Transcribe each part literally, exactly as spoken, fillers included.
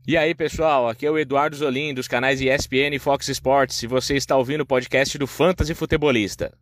E aí, pessoal, aqui é o Eduardo Zolim, dos canais E S P N e Fox Sports, e você está ouvindo o podcast do Fantasy Futebolista.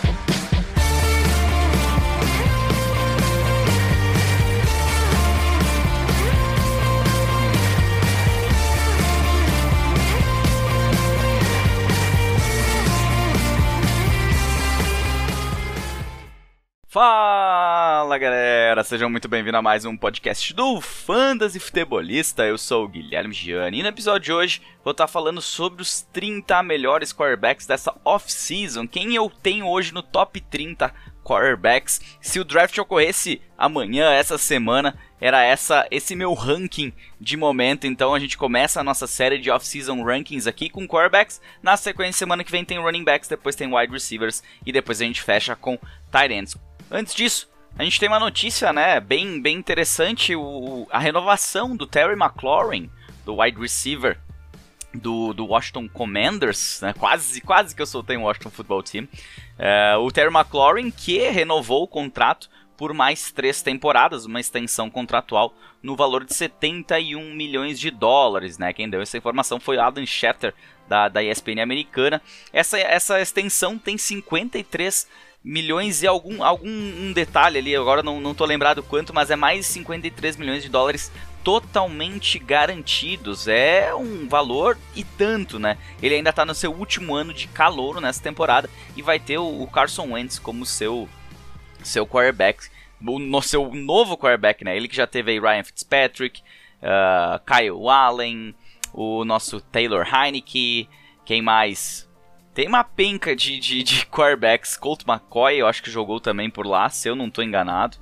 Fala galera, sejam muito bem-vindos a mais um podcast do Fantasy Futebolista. Eu sou o Guilherme Gianni e no episódio de hoje vou estar falando sobre os trinta melhores quarterbacks dessa off-season. Quem eu tenho hoje no top trinta quarterbacks. Se o draft ocorresse amanhã, essa semana, era essa, esse meu ranking de momento. Então a gente começa a nossa série de off-season rankings aqui com quarterbacks. Na sequência, semana que vem tem running backs, depois tem wide receivers e depois a gente fecha com tight ends. Antes disso, a gente tem uma notícia, né, bem, bem interessante, o, a renovação do Terry McLaurin, do wide receiver do, do Washington Commanders, né, quase, quase que eu soltei um Washington Football Team. É, o Terry McLaurin que renovou o contrato por mais três temporadas, uma extensão contratual no valor de setenta e um milhões de dólares, né? Quem deu essa informação foi Adam Schefter, da, da E S P N americana. Essa, essa extensão tem cinquenta e três milhões e algum, algum um detalhe ali, agora não, não tô lembrado quanto, mas é mais de cinquenta e três milhões de dólares totalmente garantidos. É um valor e tanto, né? Ele ainda tá no seu último ano de calouro nessa temporada e vai ter o, o Carson Wentz como seu, seu quarterback, no seu novo quarterback, né? Ele que já teve aí Ryan Fitzpatrick, uh, Kyle Allen, o nosso Taylor Heinicke, quem mais? Tem uma penca de, de, de quarterbacks. Colt McCoy, eu acho que jogou também por lá, se eu não estou enganado.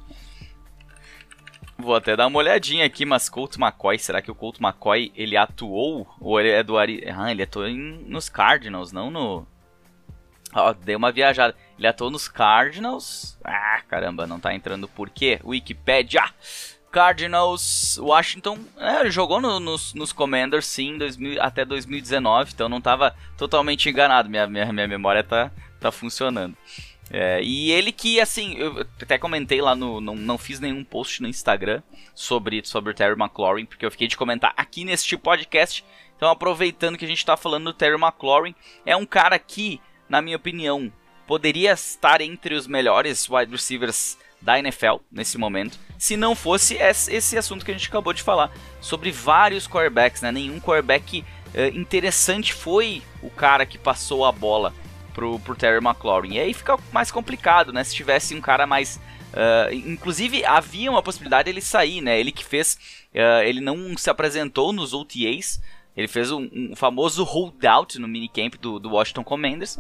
Vou até dar uma olhadinha aqui, mas Colt McCoy, será que o Colt McCoy, ele atuou? Ou ele é do Ari... Ah, ele atuou em, nos Cardinals, não no... Ó, oh, dei uma viajada. Ele atuou nos Cardinals? Ah, caramba, não tá entrando por quê? Wikipedia! Cardinals, Washington, é, ele jogou no, nos, nos Commanders sim, dois mil, até dois mil e dezenove, então não estava totalmente enganado, minha, minha, minha memória tá, tá funcionando. É, e ele que, assim, eu até comentei lá, no, não, não fiz nenhum post no Instagram sobre, sobre o Terry McLaurin, porque eu fiquei de comentar aqui neste podcast, então aproveitando que a gente está falando do Terry McLaurin, é um cara que, na minha opinião, poderia estar entre os melhores wide receivers da N F L nesse momento, se não fosse esse assunto que a gente acabou de falar, sobre vários quarterbacks, né? Nenhum quarterback uh, interessante foi o cara que passou a bola pro, pro Terry McLaurin. E aí fica mais complicado, né? Se tivesse um cara mais... Uh, inclusive, havia uma possibilidade dele sair, né? Ele que fez... Uh, ele não se apresentou nos O T As, ele fez um, um famoso holdout no minicamp do, do Washington Commanders,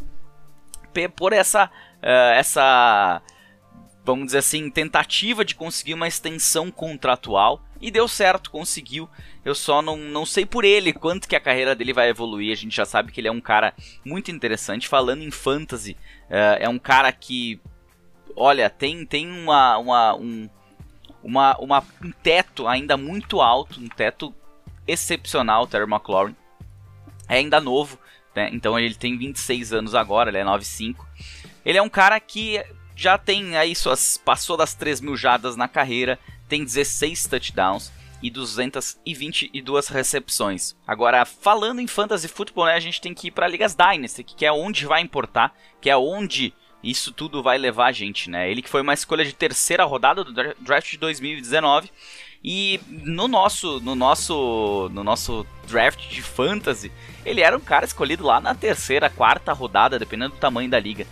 por essa... Uh, essa vamos dizer assim, tentativa de conseguir uma extensão contratual, e deu certo, conseguiu. Eu só não, não sei por ele quanto que a carreira dele vai evoluir. A gente já sabe que ele é um cara muito interessante. Falando em fantasy, uh, é um cara que, olha, tem, tem uma, uma, um, uma, uma, um teto ainda muito alto, um teto excepcional, Terry McLaurin. É ainda novo, né? Então ele tem vinte e seis anos agora, ele é nove cinco. Ele é um cara que já tem aí suas, passou das três mil jardas na carreira, tem dezesseis touchdowns e duzentas e vinte e duas recepções. Agora, falando em fantasy football, né, a gente tem que ir para ligas Dynasty, que é onde vai importar, que é onde isso tudo vai levar a gente, né? Ele que foi uma escolha de terceira rodada do draft de dois mil e dezenove, e no nosso, no nosso, no nosso draft de fantasy, ele era um cara escolhido lá na terceira, quarta rodada, dependendo do tamanho da liga.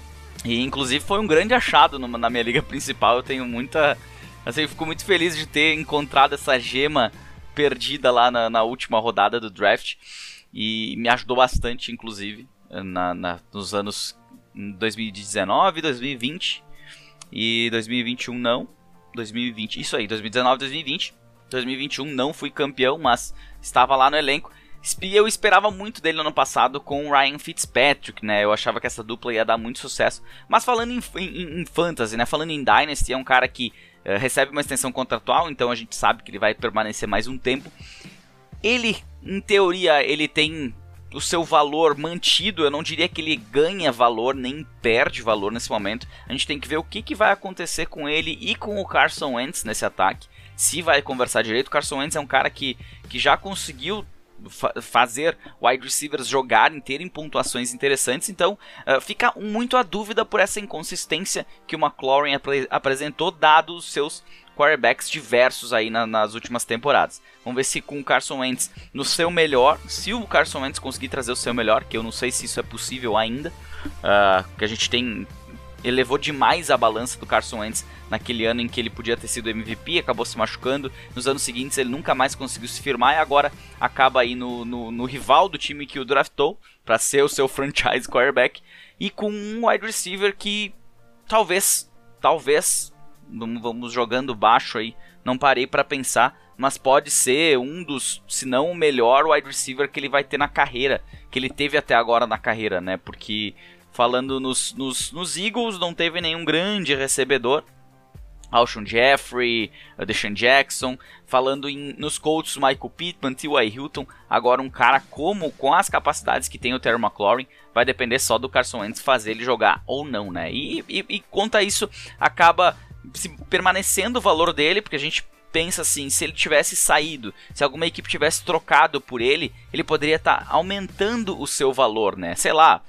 E inclusive foi um grande achado numa, na minha liga principal. Eu tenho muita... Assim, eu fico muito feliz de ter encontrado essa gema perdida lá na, na última rodada do draft. E me ajudou bastante, inclusive, na, na, nos anos dois mil e dezenove, dois mil e vinte e dois mil e vinte e um não. dois mil e vinte, isso aí, dois mil e dezenove, dois mil e vinte. dois mil e vinte e um não fui campeão, mas estava lá no elenco. E eu esperava muito dele no ano passado com o Ryan Fitzpatrick, né? Eu achava que essa dupla ia dar muito sucesso. Mas falando em, em, em fantasy, né? Falando em Dynasty, é um cara que uh, recebe uma extensão contratual, então a gente sabe que ele vai permanecer mais um tempo. Ele, em teoria, ele tem o seu valor mantido. Eu não diria que ele ganha valor, nem perde valor nesse momento. A gente tem que ver o que, que vai acontecer com ele e com o Carson Wentz nesse ataque. se vai conversar direito. O Carson Wentz é um cara que, que já conseguiu fa fazer wide receivers jogarem, terem pontuações interessantes, então uh, fica muito a dúvida por essa inconsistência que o McLaurin ap apresentou, dado os seus quarterbacks diversos aí na, nas últimas temporadas. Vamos ver se com o Carson Wentz no seu melhor, se o Carson Wentz conseguir trazer o seu melhor, que eu não sei se isso é possível ainda, uh, que a gente tem... elevou demais a balança do Carson Wentz naquele ano em que ele podia ter sido M V P, acabou se machucando. Nos anos seguintes ele nunca mais conseguiu se firmar e agora acaba aí no, no, no rival do time que o draftou para ser o seu franchise quarterback, e com um wide receiver que talvez, talvez, vamos jogando baixo aí, não parei para pensar, mas pode ser um dos, se não o melhor wide receiver que ele vai ter na carreira, que ele teve até agora na carreira, né? Porque falando nos, nos, nos Eagles, não teve nenhum grande recebedor. Alshon Jeffrey, Deshaun Jackson. Falando em, nos Colts, Michael Pittman, T Y Hilton. Agora um cara como, com as capacidades que tem o Terry McLaurin, vai depender só do Carson Wentz fazer ele jogar ou não, né? E, e, e quanto a isso, acaba se permanecendo o valor dele, porque a gente pensa assim, se ele tivesse saído, se alguma equipe tivesse trocado por ele, ele poderia estar tá aumentando o seu valor, né? Sei lá,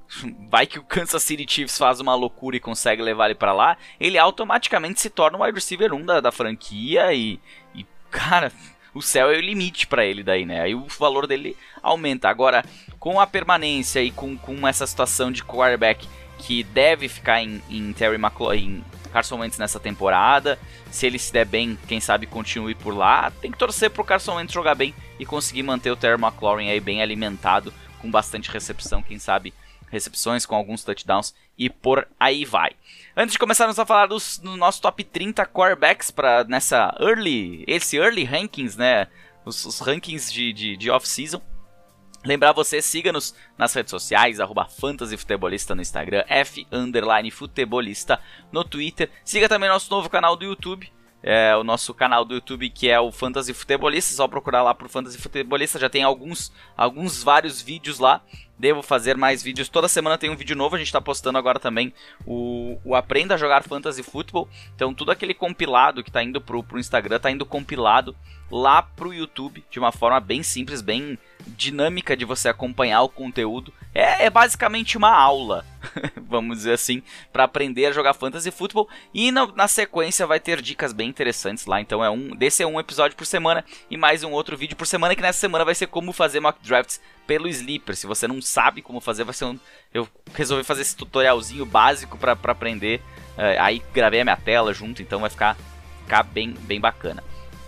vai que o Kansas City Chiefs faz uma loucura e consegue levar ele pra lá, ele automaticamente se torna o wide receiver um da, da franquia e, e, cara, o céu é o limite pra ele daí, né? Aí o valor dele aumenta. Agora, com a permanência e com, com essa situação de quarterback que deve ficar em, em Terry McLaurin, Carson Wentz nessa temporada, se ele se der bem, quem sabe continue por lá, tem que torcer pro Carson Wentz jogar bem e conseguir manter o Terry McLaurin aí bem alimentado, com bastante recepção, quem sabe recepções com alguns touchdowns e por aí vai. Antes de começarmos a falar dos, do nosso top trinta quarterbacks para nessa early, esse early rankings, né, os, os rankings de, de, de off-season, lembrar você, siga-nos nas redes sociais, arroba fantasyfutebolista no Instagram, F underline futebolista no Twitter, siga também nosso novo canal do YouTube, é, o nosso canal do YouTube que é o Fantasy Futebolista, só procurar lá por Fantasy Futebolista, já tem alguns, alguns vários vídeos lá. Devo fazer mais vídeos, toda semana tem um vídeo novo, a gente está postando agora também o, o Aprenda a Jogar Fantasy Football, então tudo aquele compilado que está indo pro, pro Instagram, está indo compilado lá pro YouTube, de uma forma bem simples, bem dinâmica de você acompanhar o conteúdo, é, é basicamente uma aula, vamos dizer assim, para aprender a jogar Fantasy Football, e na, na sequência vai ter dicas bem interessantes lá, então é um, desse é um episódio por semana, e mais um outro vídeo por semana, que nessa semana vai ser como fazer mock drafts pelo Sleeper. Se você não sabe como fazer, vai ser um... eu resolvi fazer esse tutorialzinho básico para aprender, uh, aí gravei a minha tela junto, então vai ficar, ficar bem, bem bacana.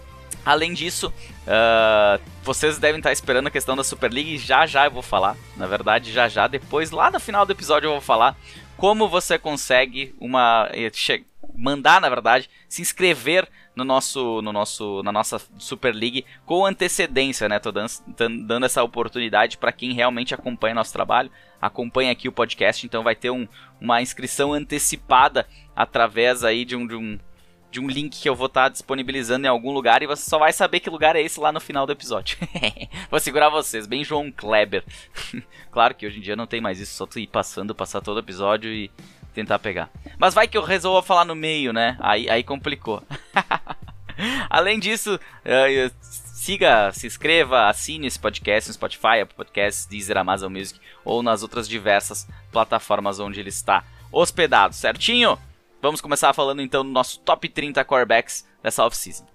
Além disso, uh, vocês devem estar esperando a questão da Super League, já já eu vou falar, na verdade já já, depois lá no final do episódio eu vou falar como você consegue uma... mandar, na verdade, se inscrever no nosso, no nosso, na nossa Super League com antecedência, né? Tô dando, dando essa oportunidade para quem realmente acompanha nosso trabalho, acompanha aqui o podcast, então vai ter um, uma inscrição antecipada através aí de um, de um, de um link que eu vou estar tá disponibilizando em algum lugar, e você só vai saber que lugar é esse lá no final do episódio. Vou segurar vocês, bem João Kleber. Claro que hoje em dia não tem mais isso, só tu ir passando, passar todo o episódio e tentar pegar. Mas vai que eu resolvo falar no meio, né? Aí, aí complicou. Além disso, uh, siga, se inscreva, assine esse podcast no Spotify, Apple Podcasts, Deezer, Amazon Music ou nas outras diversas plataformas onde ele está hospedado, certinho? Vamos começar falando então do nosso top trinta quarterbacks dessa off-season.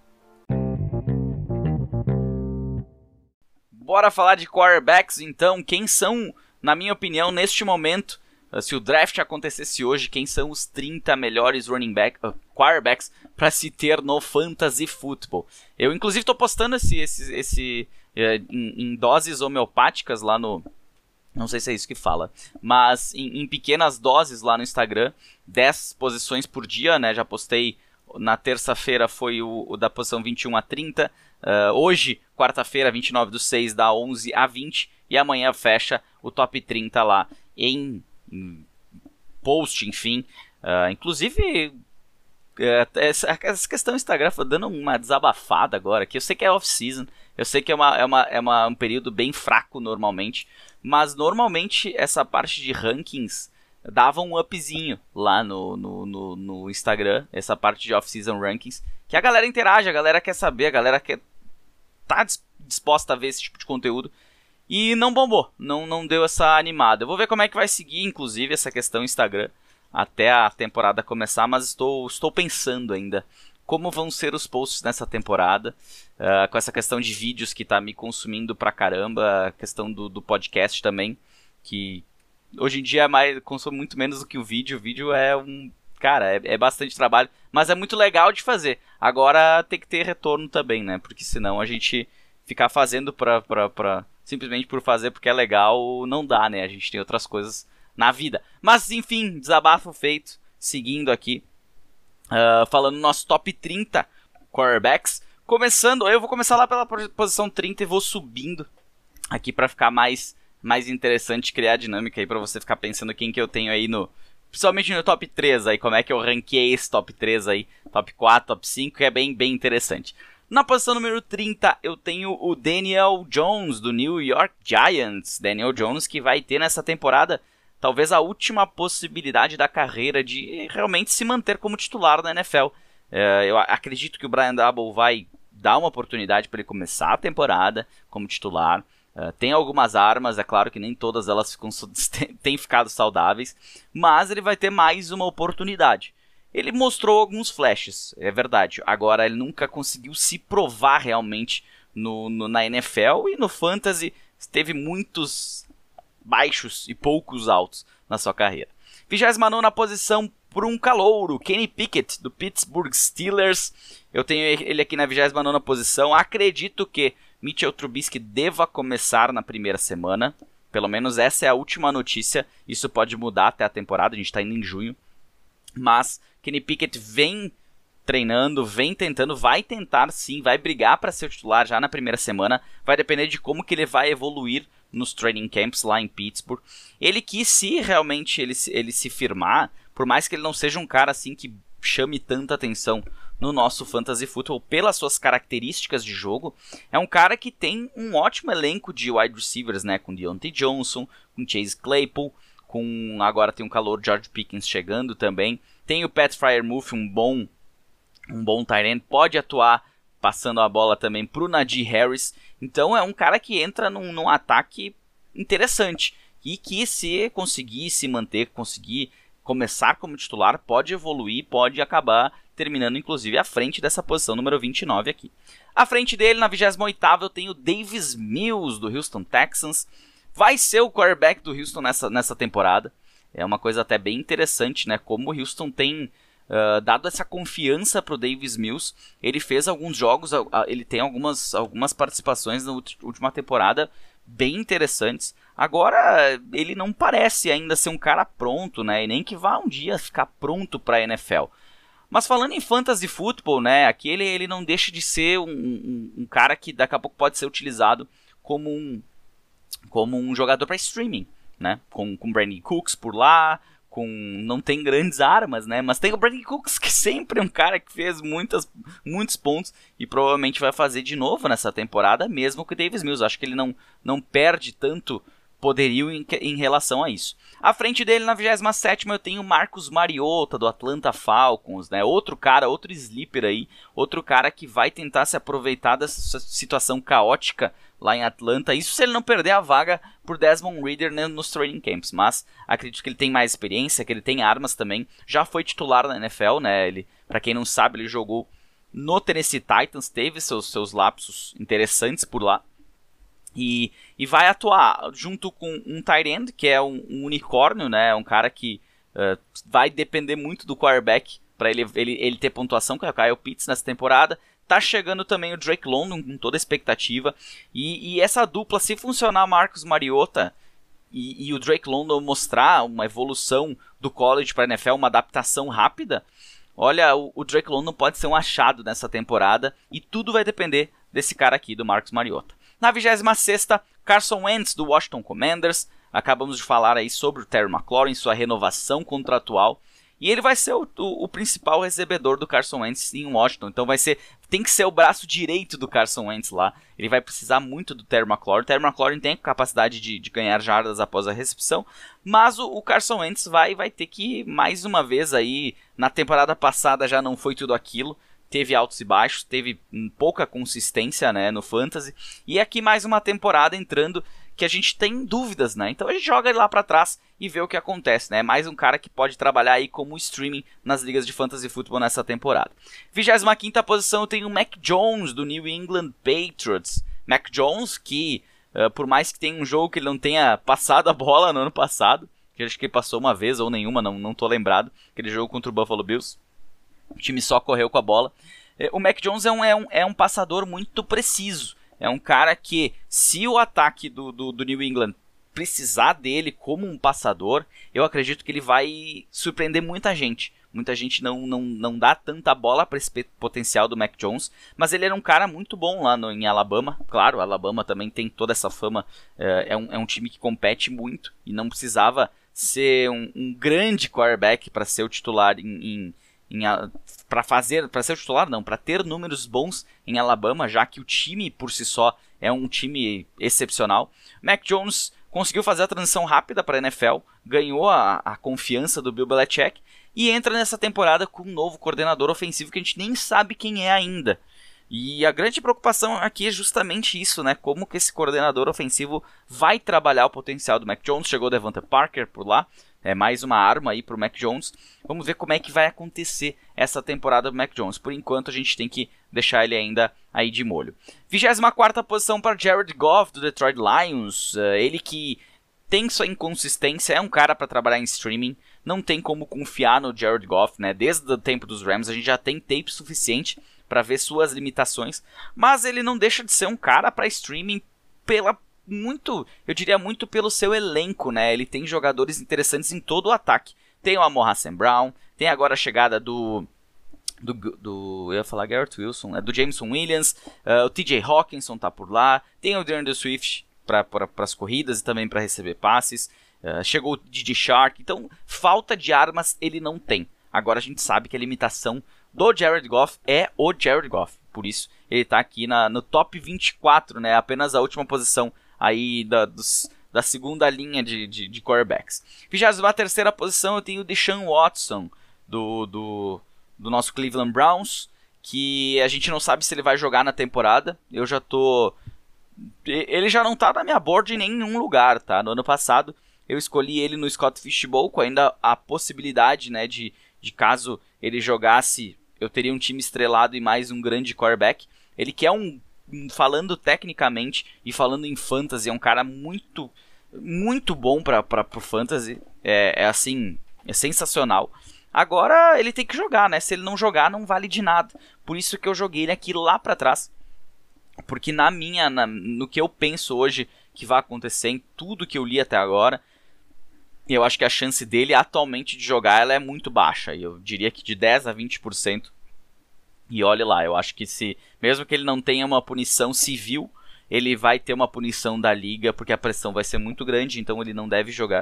Bora falar de quarterbacks então. Quem são, na minha opinião, neste momento, se o draft acontecesse hoje, quem são os trinta melhores running back, uh, quarterbacks para se ter no Fantasy Football? Eu, inclusive, estou postando esse, esse, esse uh, em, em doses homeopáticas lá no... Não sei se é isso que fala, mas em, em pequenas doses lá no Instagram, dez posições por dia, né? Já postei, na terça-feira foi o, o da posição vinte e um a trinta, uh, hoje, quarta-feira, vinte e nove do seis, da onze a vinte, e amanhã fecha o top trinta lá em... post, enfim, uh, inclusive uh, essa, essa questão do Instagram foi dando uma desabafada agora, que eu sei que é off-season, eu sei que é, uma, é, uma, é uma, um período bem fraco normalmente, mas normalmente essa parte de rankings dava um upzinho lá no, no, no, no Instagram, essa parte de off-season rankings, que a galera interage, a galera quer saber, a galera quer tá disposta a ver esse tipo de conteúdo. E não bombou, não, não deu essa animada. Eu vou ver como é que vai seguir, inclusive, essa questão Instagram até a temporada começar, mas estou, estou pensando ainda como vão ser os posts nessa temporada, uh, com essa questão de vídeos que tá me consumindo pra caramba, a questão do, do podcast também, que hoje em dia é mais, consome muito menos do que o vídeo. O vídeo é um... Cara, é, é bastante trabalho, mas é muito legal de fazer. Agora tem que ter retorno também, né? Porque senão a gente ficar fazendo pra, pra, pra, simplesmente por fazer porque é legal, não dá, né? A gente tem outras coisas na vida. Mas, enfim, desabafo feito. Seguindo aqui. Uh, falando no nosso top trinta quarterbacks. Começando, eu vou começar lá pela posição trinta e vou subindo aqui pra ficar mais, mais interessante, criar dinâmica aí pra você ficar pensando quem que eu tenho aí no... Principalmente no top três aí, como é que eu ranqueei esse top três aí, top quatro, top cinco, que é bem, bem interessante. Na posição número trinta, eu tenho o Daniel Jones, do New York Giants. Daniel Jones, que vai ter nessa temporada, talvez a última possibilidade da carreira de realmente se manter como titular na N F L. É, eu acredito que o Brian Daboll vai dar uma oportunidade para ele começar a temporada como titular. Uh, tem algumas armas, é claro que nem todas elas ficam, têm ficado saudáveis, mas ele vai ter mais uma oportunidade. Ele mostrou alguns flashes, é verdade, agora ele nunca conseguiu se provar realmente no, no, na N F L, e no Fantasy teve muitos baixos e poucos altos na sua carreira. vigésima nona posição por um calouro, Kenny Pickett, do Pittsburgh Steelers. Eu tenho ele aqui na vigésima nona posição, acredito que Mitchell Trubisky deva começar na primeira semana, pelo menos essa é a última notícia, isso pode mudar até a temporada, a gente está indo em junho, mas Kenny Pickett vem treinando, vem tentando, vai tentar sim, vai brigar para ser o titular já na primeira semana, vai depender de como que ele vai evoluir nos training camps lá em Pittsburgh. Ele que se realmente ele, ele se firmar, por mais que ele não seja um cara assim que chame tanta atenção no nosso Fantasy Football pelas suas características de jogo, é um cara que tem um ótimo elenco de wide receivers, né, com Deontay Johnson, com Chase Claypool, com agora tem um calor George Pickens chegando também, tem o Pat Freiermuth, um bom um bom tight end, pode atuar passando a bola também pro Najee Harris, então é um cara que entra num, num ataque interessante, e que se conseguir se manter, conseguir começar como titular, pode evoluir, pode acabar terminando inclusive à frente dessa posição número vinte e nove aqui. À frente dele, na vigésima oitava, eu tenho o Davis Mills, do Houston Texans. Vai ser o quarterback do Houston nessa, nessa temporada. É uma coisa até bem interessante, né? Como o Houston tem uh, dado essa confiança para o Davis Mills. Ele fez alguns jogos, uh, ele tem algumas, algumas participações na última temporada bem interessantes. Agora, ele não parece ainda ser um cara pronto, né? E nem que vá um dia ficar pronto para a N F L. Mas falando em fantasy football, né, aqui ele, ele não deixa de ser um, um, um cara que daqui a pouco pode ser utilizado como um, como um jogador para streaming, né, com, com Brandon Cooks por lá, com, não tem grandes armas, né, mas tem o Brandon Cooks, que sempre é um cara que fez muitas, muitos pontos e provavelmente vai fazer de novo nessa temporada, mesmo que o Davis Mills. Acho que ele não, não perde tanto poderio em, em relação a isso. À frente dele, na vigésima sétima, eu tenho o Marcus Mariota, do Atlanta Falcons, né? Outro cara, outro sleeper aí, outro cara que vai tentar se aproveitar dessa situação caótica lá em Atlanta. Isso se ele não perder a vaga por Desmond Ridder, né, nos training camps, mas acredito que ele tem mais experiência, que ele tem armas também. Já foi titular na N F L, né? Ele, para quem não sabe, ele jogou no Tennessee Titans, teve seus, seus lapsos interessantes por lá. E, e vai atuar junto com um tight end, que é um, um unicórnio, né? Um cara que uh, vai depender muito do quarterback para ele, ele, ele ter pontuação, que é o Kyle Pitts nessa temporada. Tá chegando também o Drake London com toda a expectativa. E, e essa dupla, se funcionar Marcus Mariota e, e o Drake London mostrar uma evolução do college para a N F L, uma adaptação rápida, olha, o, o Drake London pode ser um achado nessa temporada. E tudo vai depender desse cara aqui, do Marcus Mariota. Na vigésima sexta, Carson Wentz, do Washington Commanders. Acabamos de falar aí sobre o Terry McLaurin, sua renovação contratual. E ele vai ser o, o, o principal recebedor do Carson Wentz em Washington. Então vai ser, tem que ser o braço direito do Carson Wentz lá. Ele vai precisar muito do Terry McLaurin. O Terry McLaurin tem a capacidade de, de ganhar jardas após a recepção, mas o, o Carson Wentz vai, vai ter que, mais uma vez aí, na temporada passada já não foi tudo aquilo. Teve altos e baixos, teve pouca consistência, né, no Fantasy. E aqui mais uma temporada entrando que a gente tem dúvidas, né? Então a gente joga ele lá pra trás e vê o que acontece, né? Mais um cara que pode trabalhar aí como streaming nas ligas de Fantasy Football nessa temporada. vigésima quinta posição eu tenho o Mac Jones, do New England Patriots. Mac Jones, que uh, por mais que tenha um jogo que ele não tenha passado a bola no ano passado, que eu acho que ele passou uma vez ou nenhuma, não, não tô lembrado, aquele jogo contra o Buffalo Bills, o time só correu com a bola. O Mac Jones é um, é um, é um passador muito preciso. É um cara que, se o ataque do, do, do New England precisar dele como um passador, eu acredito que ele vai surpreender muita gente. Muita gente não, não, não dá tanta bola para esse potencial do Mac Jones, mas ele era um cara muito bom lá no, em Alabama. Claro, Alabama também tem toda essa fama, é, é, um, é um time que compete muito e não precisava ser um, um grande quarterback para ser o titular em... em para fazer, para ser o titular não, para ter números bons em Alabama, já que o time por si só é um time excepcional. Mac Jones conseguiu fazer a transição rápida para a N F L, ganhou a, a confiança do Bill Belichick e entra nessa temporada com um novo coordenador ofensivo que a gente nem sabe quem é ainda. E a grande preocupação aqui é justamente isso, né? Como que esse coordenador ofensivo vai trabalhar o potencial do Mac Jones. Chegou o Devonta Parker por lá, é mais uma arma aí pro Mac Jones. Vamos ver como é que vai acontecer essa temporada do Mac Jones. Por enquanto a gente tem que deixar ele ainda aí de molho. vigésima quarta posição para Jared Goff, do Detroit Lions. Uh, ele que tem sua inconsistência, é um cara para trabalhar em streaming. Não tem como confiar no Jared Goff, né? Desde o tempo dos Rams a gente já tem tape suficiente para ver suas limitações. Mas ele não deixa de ser um cara para streaming pela... muito, eu diria muito pelo seu elenco, né? Ele tem jogadores interessantes em todo o ataque. Tem o Amon-Ra Saint Brown, tem agora a chegada do, do, do eu ia falar Garrett Wilson, né? Do Jameson Williams, uh, o T J Hawkinson tá por lá, tem o DeAndre Swift para as corridas e também para receber passes, uh, chegou o D J Shark, então falta de armas ele não tem. Agora a gente sabe que a limitação do Jared Goff é o Jared Goff, por isso ele tá aqui na, no top vinte e quatro, né? Apenas a última posição aí da, dos, da segunda linha de, de, de quarterbacks. vigésima terceira posição eu tenho o Deshaun Watson, do, do, do nosso Cleveland Browns, que a gente não sabe se ele vai jogar na temporada. Eu já tô... Ele já não tá na minha board em nenhum lugar, tá? No ano passado eu escolhi ele no Scott Fishbowl, com ainda a possibilidade, né, de, de caso ele jogasse, eu teria um time estrelado e mais um grande quarterback. Ele que é um... falando tecnicamente e falando em fantasy, é um cara muito, muito bom para o fantasy, é, é assim, é sensacional. Agora ele tem que jogar, né? Se ele não jogar, não vale de nada. Por isso que eu joguei ele aqui lá para trás, porque na minha, na, no que eu penso hoje que vai acontecer, em tudo que eu li até agora, eu acho que a chance dele atualmente de jogar ela é muito baixa. Eu diria que de dez a vinte por cento. E olhe lá, eu acho que se, mesmo que ele não tenha uma punição civil, ele vai ter uma punição da liga, porque a pressão vai ser muito grande, então ele não deve jogar.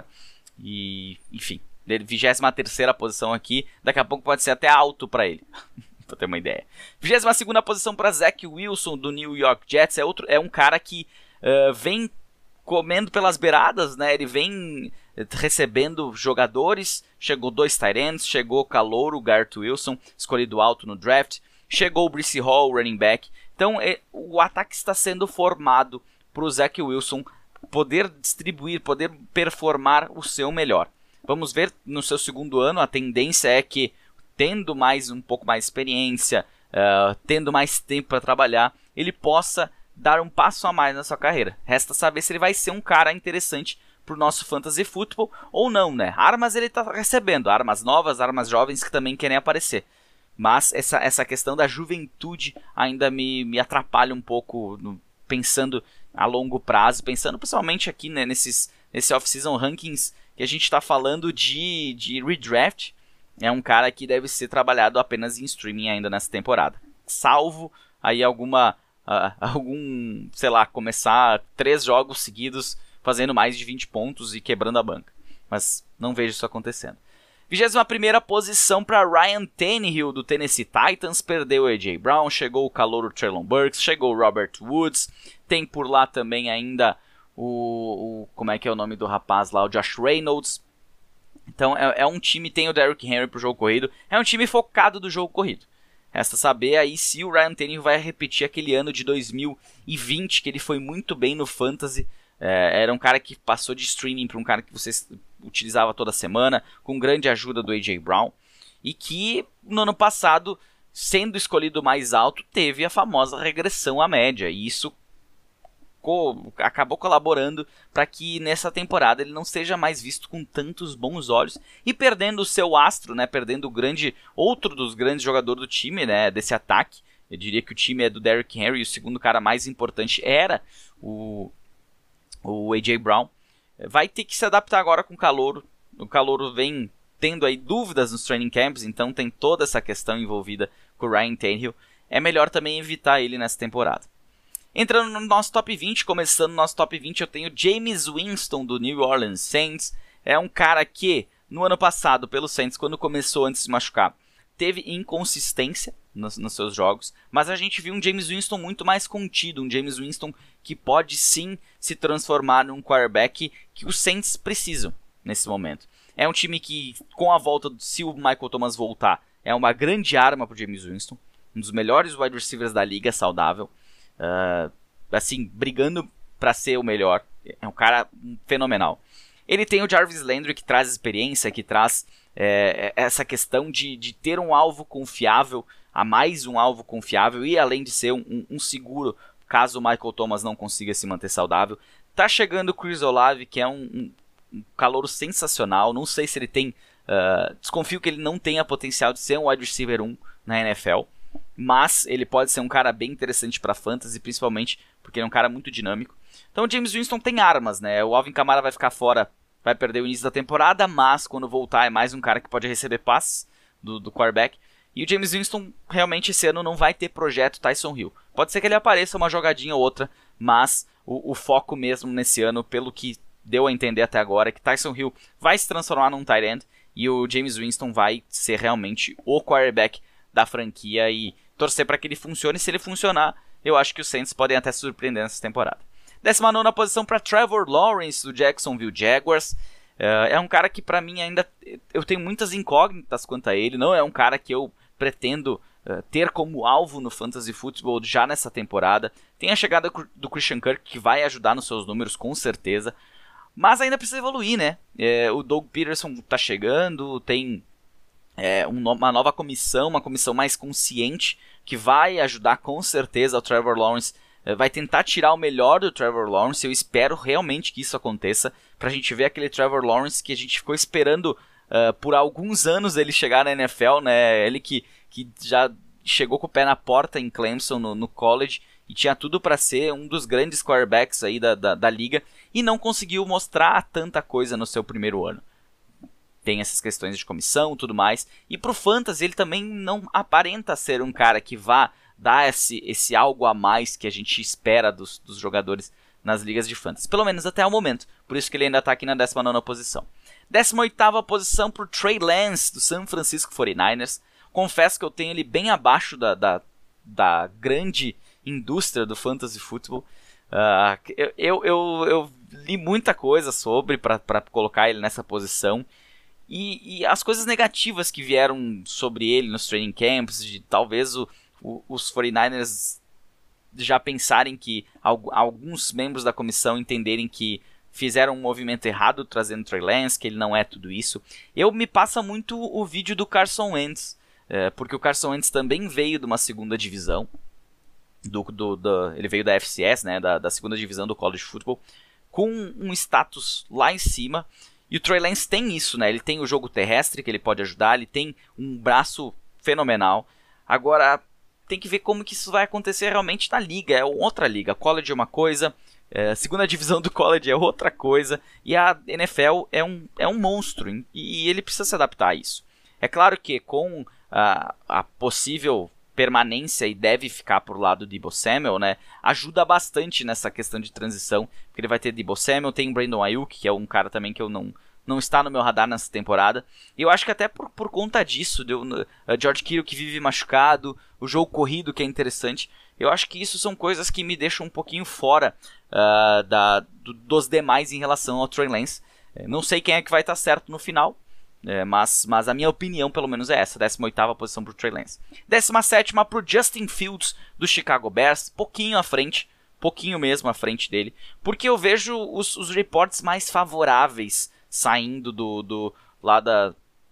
E, enfim, vigésima terceira posição aqui, daqui a pouco pode ser até alto para ele, pra ter uma ideia. vigésima segunda posição para Zach Wilson, do New York Jets, é, outro, é um cara que uh, vem comendo pelas beiradas, né? Ele vem recebendo jogadores, chegou dois tight ends, chegou o calouro, o Garrett Wilson, escolhido alto no draft, chegou o Breece Hall, running back. Então é, o ataque está sendo formado para o Zach Wilson poder distribuir, poder performar o seu melhor. Vamos ver no seu segundo ano, a tendência é que, tendo mais um pouco mais de experiência, uh, tendo mais tempo para trabalhar, ele possa dar um passo a mais na sua carreira. Resta saber se ele vai ser um cara interessante para o nosso Fantasy Football ou não, né? Armas ele está recebendo, armas novas, armas jovens que também querem aparecer. Mas essa, essa questão da juventude ainda me, me atrapalha um pouco, no, pensando a longo prazo, pensando principalmente aqui, né, nesses, nesse off-season rankings que a gente está falando de, de redraft. É um cara que deve ser trabalhado apenas em streaming ainda nessa temporada. Salvo aí alguma, uh, algum, sei lá, começar três jogos seguidos fazendo mais de vinte pontos e quebrando a banca. Mas não vejo isso acontecendo. vigésima primeira posição para Ryan Tannehill do Tennessee Titans, perdeu o A J Brown, chegou o calouro Treylon Burks, chegou o Robert Woods, tem por lá também ainda o, o como é que é o nome do rapaz lá, o Josh Reynolds. Então é, é um time, tem o Derrick Henry pro jogo corrido, é um time focado do jogo corrido. Resta saber aí se o Ryan Tannehill vai repetir aquele ano de dois mil e vinte, que ele foi muito bem no Fantasy. É, era um cara que passou de streaming para um cara que você utilizava toda semana, com grande ajuda do A J Brown, e que no ano passado, sendo escolhido mais alto, teve a famosa regressão à média, e isso co- acabou colaborando para que nessa temporada ele não seja mais visto com tantos bons olhos, e perdendo o seu astro, né, perdendo o grande, outro dos grandes jogadores do time, né, desse ataque. Eu diria que o time é do Derrick Henry, e o segundo cara mais importante era o o A J Brown, vai ter que se adaptar agora com o calouro. O calouro vem tendo aí dúvidas nos training camps, então tem toda essa questão envolvida com o Ryan Tannehill. É melhor também evitar ele nessa temporada. Entrando no nosso top vinte, começando no nosso top vinte, eu tenho Jameis Winston do New Orleans Saints. É um cara que, no ano passado, pelo Saints, quando começou antes de se machucar, teve inconsistência nos, nos seus jogos, mas a gente viu um Jameis Winston muito mais contido, um Jameis Winston que pode sim se transformar num quarterback que os Saints precisam nesse momento. É um time que, com a volta, se o Michael Thomas voltar, é uma grande arma para o Jameis Winston, um dos melhores wide receivers da liga, saudável, uh, assim, brigando para ser o melhor. É um cara fenomenal. Ele tem o Jarvis Landry, que traz experiência, que traz é, essa questão de, de ter um alvo confiável, a mais um alvo confiável, e além de ser um, um, um seguro, caso o Michael Thomas não consiga se manter saudável. Tá chegando o Chris Olave, que é um, um, um calouro sensacional. Não sei se ele tem... Uh, desconfio que ele não tenha potencial de ser um wide receiver um na N F L, mas ele pode ser um cara bem interessante para fantasy, principalmente porque ele é um cara muito dinâmico. Então o Jameis Winston tem armas, né? O Alvin Kamara vai ficar fora, vai perder o início da temporada, mas quando voltar é mais um cara que pode receber passes do, do quarterback. E o Jameis Winston realmente esse ano não vai ter projeto Tyson Hill. Pode ser que ele apareça uma jogadinha ou outra, mas o, o foco mesmo nesse ano, pelo que deu a entender até agora, é que Tyson Hill vai se transformar num tight end e o Jameis Winston vai ser realmente o quarterback da franquia e torcer para que ele funcione. Se ele funcionar, eu acho que os Saints podem até surpreender nessa temporada. décima nona posição para Trevor Lawrence do Jacksonville Jaguars. Uh, é um cara que para mim ainda eu tenho muitas incógnitas quanto a ele. Não é um cara que eu pretendo uh, ter como alvo no Fantasy Football já nessa temporada. Tem a chegada do Christian Kirk, que vai ajudar nos seus números com certeza, mas ainda precisa evoluir, né? É, o Doug Peterson tá chegando, tem é, um, uma nova comissão, uma comissão mais consciente, que vai ajudar com certeza o Trevor Lawrence. É, vai tentar tirar o melhor do Trevor Lawrence. Eu espero realmente que isso aconteça, pra gente ver aquele Trevor Lawrence que a gente ficou esperando Uh, por alguns anos ele chegar na N F L, né? Ele que, que já chegou com o pé na porta em Clemson, no, no college, e tinha tudo para ser um dos grandes quarterbacks aí da, da, da liga, e não conseguiu mostrar tanta coisa no seu primeiro ano. Tem essas questões de comissão e tudo mais, e pro Fantasy ele também não aparenta ser um cara que vá dar esse, esse algo a mais que a gente espera dos, dos jogadores nas ligas de Fantasy, pelo menos até o momento, por isso que ele ainda está aqui na décima nona posição. décima oitava posição para o Trey Lance, do San Francisco forty-niners. Confesso que eu tenho ele bem abaixo da, da, da grande indústria do Fantasy Football. Uh, eu, eu, eu, eu li muita coisa sobre para colocar ele nessa posição. E, e as coisas negativas que vieram sobre ele nos training camps, de talvez o, o, os forty-niners já pensarem que alguns membros da comissão entenderem que fizeram um movimento errado trazendo o Trey Lance, que ele não é tudo isso. Eu me passa muito o vídeo do Carson Wentz, é, porque o Carson Wentz também veio de uma segunda divisão, do, do, do, ele veio da F C S, né, da, da segunda divisão do college football, com um status lá em cima, e o Trey Lance tem isso, né, ele tem o jogo terrestre que ele pode ajudar, ele tem um braço fenomenal. Agora tem que ver como que isso vai acontecer realmente na liga, é outra liga, college é uma coisa, é, a segunda divisão do college é outra coisa, e a N F L é um, é um monstro, e, e ele precisa se adaptar a isso. É claro que com a, a possível permanência, e deve ficar por lado de Deebo Samuel, né, ajuda bastante nessa questão de transição, porque ele vai ter Deebo Samuel, tem Brandon Ayuk, que é um cara também que eu não, não está no meu radar nessa temporada. E eu acho que até por, por conta disso, deu, uh, George Kittle que vive machucado, o jogo corrido que é interessante, eu acho que isso são coisas que me deixam um pouquinho fora uh, da, do, dos demais em relação ao Trey Lance. Não sei quem é que vai estar certo no final, é, mas, mas a minha opinião pelo menos é essa, décima oitava posição para o Trey Lance. décima sétima para o Justin Fields do Chicago Bears, pouquinho à frente, pouquinho mesmo à frente dele, porque eu vejo os, os reports mais favoráveis saindo do, do, lá da,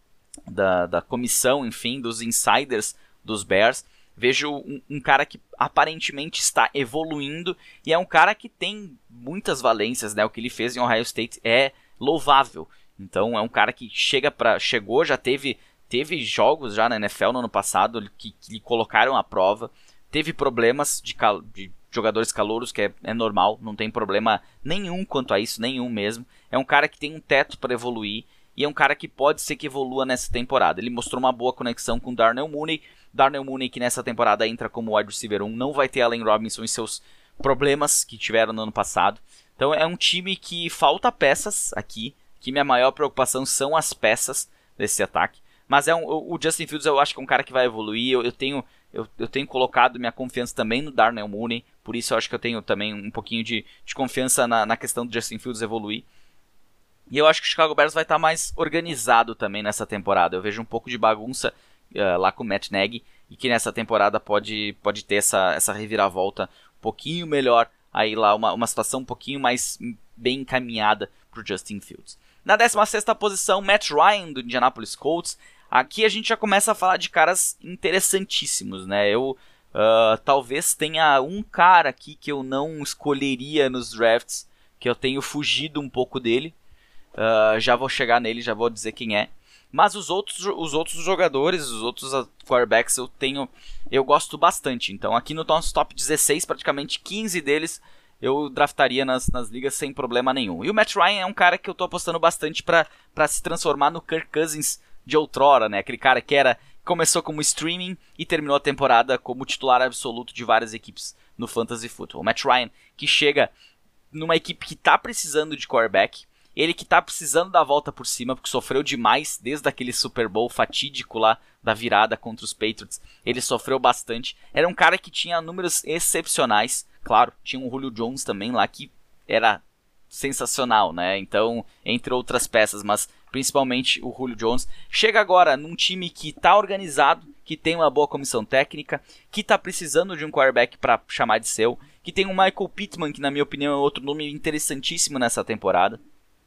da, da comissão, enfim, dos insiders dos Bears. Vejo um, um cara que aparentemente está evoluindo e é um cara que tem muitas valências, né? O que ele fez em Ohio State é louvável. Então é um cara que chega para chegou, já teve teve jogos já na N F L no ano passado que, que lhe colocaram à prova. Teve problemas de, cal, de jogadores calouros, que é, é normal, não tem problema nenhum quanto a isso, nenhum mesmo. É um cara que tem um teto para evoluir e é um cara que pode ser que evolua nessa temporada. Ele mostrou uma boa conexão com Darnell Mooney. Darnell Mooney, que nessa temporada entra como wide receiver um, não vai ter Allen Robinson e seus problemas que tiveram no ano passado. Então é um time que falta peças aqui, que minha maior preocupação são as peças desse ataque. Mas é um, o Justin Fields eu acho que é um cara que vai evoluir. Eu, eu, tenho, eu, eu tenho colocado minha confiança também no Darnell Mooney, por isso eu acho que eu tenho também um pouquinho de, de confiança na, na questão do Justin Fields evoluir. E eu acho que o Chicago Bears vai estar mais organizado também nessa temporada. Eu vejo um pouco de bagunça uh, lá com o Matt Nagy, e que nessa temporada pode, pode ter essa, essa reviravolta um pouquinho melhor, aí lá uma, uma situação um pouquinho mais bem encaminhada para o Justin Fields. Na décima sexta posição, Matt Ryan do Indianapolis Colts. Aqui a gente já começa a falar de caras interessantíssimos, né? Eu uh, talvez tenha um cara aqui que eu não escolheria nos drafts, que eu tenho fugido um pouco dele. Uh, já vou chegar nele, já vou dizer quem é. Mas os outros, os outros jogadores, os outros quarterbacks eu tenho, eu gosto bastante. Então aqui no nosso top dezesseis, praticamente quinze deles eu draftaria nas, nas ligas sem problema nenhum. E o Matt Ryan é um cara que eu tô apostando bastante para se transformar no Kirk Cousins de outrora, né? Aquele cara que era, começou como streaming e terminou a temporada como titular absoluto de várias equipes no Fantasy Football. O Matt Ryan que chega numa equipe que tá precisando de quarterback, ele que tá precisando dar a volta por cima, porque sofreu demais desde aquele Super Bowl fatídico lá da virada contra os Patriots. Ele sofreu bastante. Era um cara que tinha números excepcionais. Claro, tinha um Julio Jones também lá que era sensacional, né? Então, entre outras peças, mas principalmente o Julio Jones. Chega agora num time que tá organizado, que tem uma boa comissão técnica, que tá precisando de um quarterback para chamar de seu, que tem um Michael Pittman, que na minha opinião é outro nome interessantíssimo nessa temporada.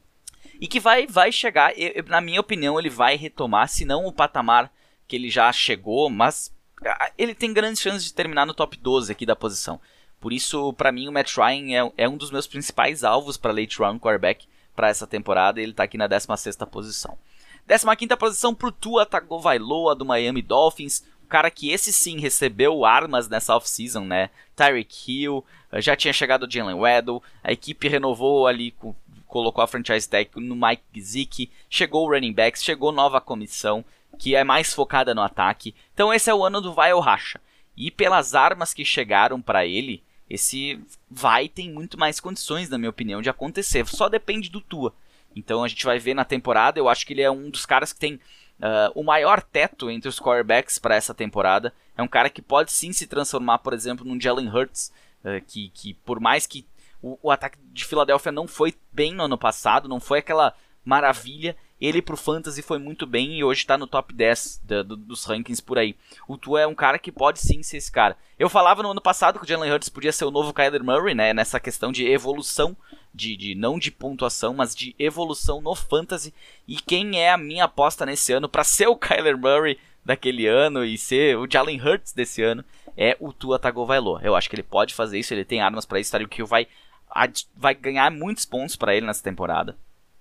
E que vai, vai chegar, na minha opinião, ele vai retomar, se não o patamar que ele já chegou, mas ele tem grandes chances de terminar no top doze aqui da posição. Por isso, para mim, o Matt Ryan é, é um dos meus principais alvos para late round quarterback para essa temporada, e ele está aqui na décima sexta posição. décima quinta posição para o Tua Tagovailoa do Miami Dolphins, o cara que esse sim recebeu armas nessa off-season, né? Tyreek Hill, já tinha chegado o Jalen Waddle, a equipe renovou ali com colocou a franchise tag no Mike Gesicki, chegou o running backs, chegou nova comissão, que é mais focada no ataque. Então esse é o ano do vai ou racha. E pelas armas que chegaram para ele, esse vai tem muito mais condições, na minha opinião, de acontecer. Só depende do Tua. Então a gente vai ver na temporada, eu acho que ele é um dos caras que tem uh, o maior teto entre os quarterbacks para essa temporada. É um cara que pode sim se transformar, por exemplo, num Jalen Hurts, uh, que, que por mais que O, o ataque de Filadélfia não foi bem no ano passado, não foi aquela maravilha. Ele pro Fantasy foi muito bem e hoje tá no top dez da, do, dos rankings por aí. O Tua é um cara que pode sim ser esse cara. Eu falava no ano passado que o Jalen Hurts podia ser o novo Kyler Murray, né? Nessa questão de evolução, de, de não de pontuação, mas de evolução no Fantasy. E quem é a minha aposta nesse ano para ser o Kyler Murray daquele ano e ser o Jalen Hurts desse ano é o Tua Tagovailoa. Eu acho que ele pode fazer isso, ele tem armas para isso. Tyreek Hill vai vai ganhar muitos pontos para ele nessa temporada.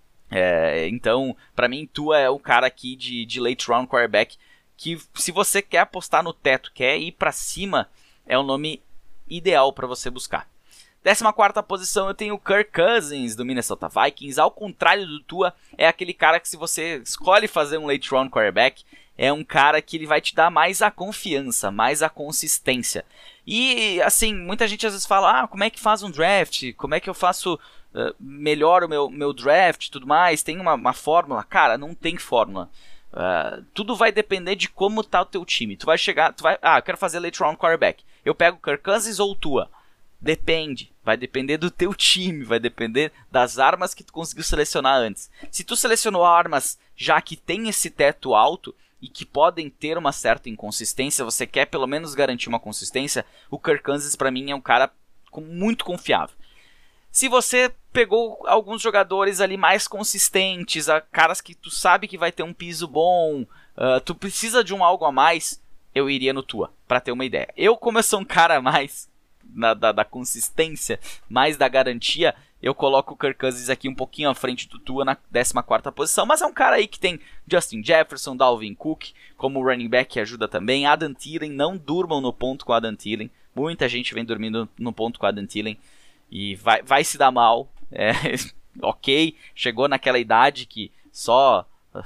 É, então, para mim, Tua é o cara aqui de, de late round quarterback que, se você quer apostar no teto, quer ir para cima, é o nome ideal para você buscar. décima quarta posição eu tenho o Kirk Cousins do Minnesota Vikings. Ao contrário do Tua, é aquele cara que, se você escolhe fazer um late round quarterback, é um cara que ele vai te dar mais a confiança, mais a consistência. E, assim, muita gente às vezes fala, ah, como é que faz um draft? Como é que eu faço uh, melhor o meu, meu draft e tudo mais? Tem uma, uma fórmula? Cara, não tem fórmula. Uh, tudo vai depender de como tá o teu time. Tu vai chegar, tu vai, ah, eu quero fazer late round quarterback. Eu pego Kirk Cousins ou Tua? Depende, vai depender do teu time, vai depender das armas que tu conseguiu selecionar antes. Se tu selecionou armas já que tem esse teto alto e que podem ter uma certa inconsistência, você quer pelo menos garantir uma consistência, o Kirk Cousins pra mim é um cara muito confiável. Se você pegou alguns jogadores ali mais consistentes, caras que tu sabe que vai ter um piso bom, uh, tu precisa de um algo a mais, eu iria no Tua, pra ter uma ideia. Eu, como eu sou um cara mais na, da, da consistência, mais da garantia, eu coloco o Kirk Cousins aqui um pouquinho à frente do Tua na décima quarta posição, mas é um cara aí que tem Justin Jefferson, Dalvin Cook, como running back que ajuda também, Adam Thielen, não durmam no ponto com Adam Thielen, muita gente vem dormindo no ponto com Adam Thielen, e vai, vai se dar mal, é, ok, chegou naquela idade que só,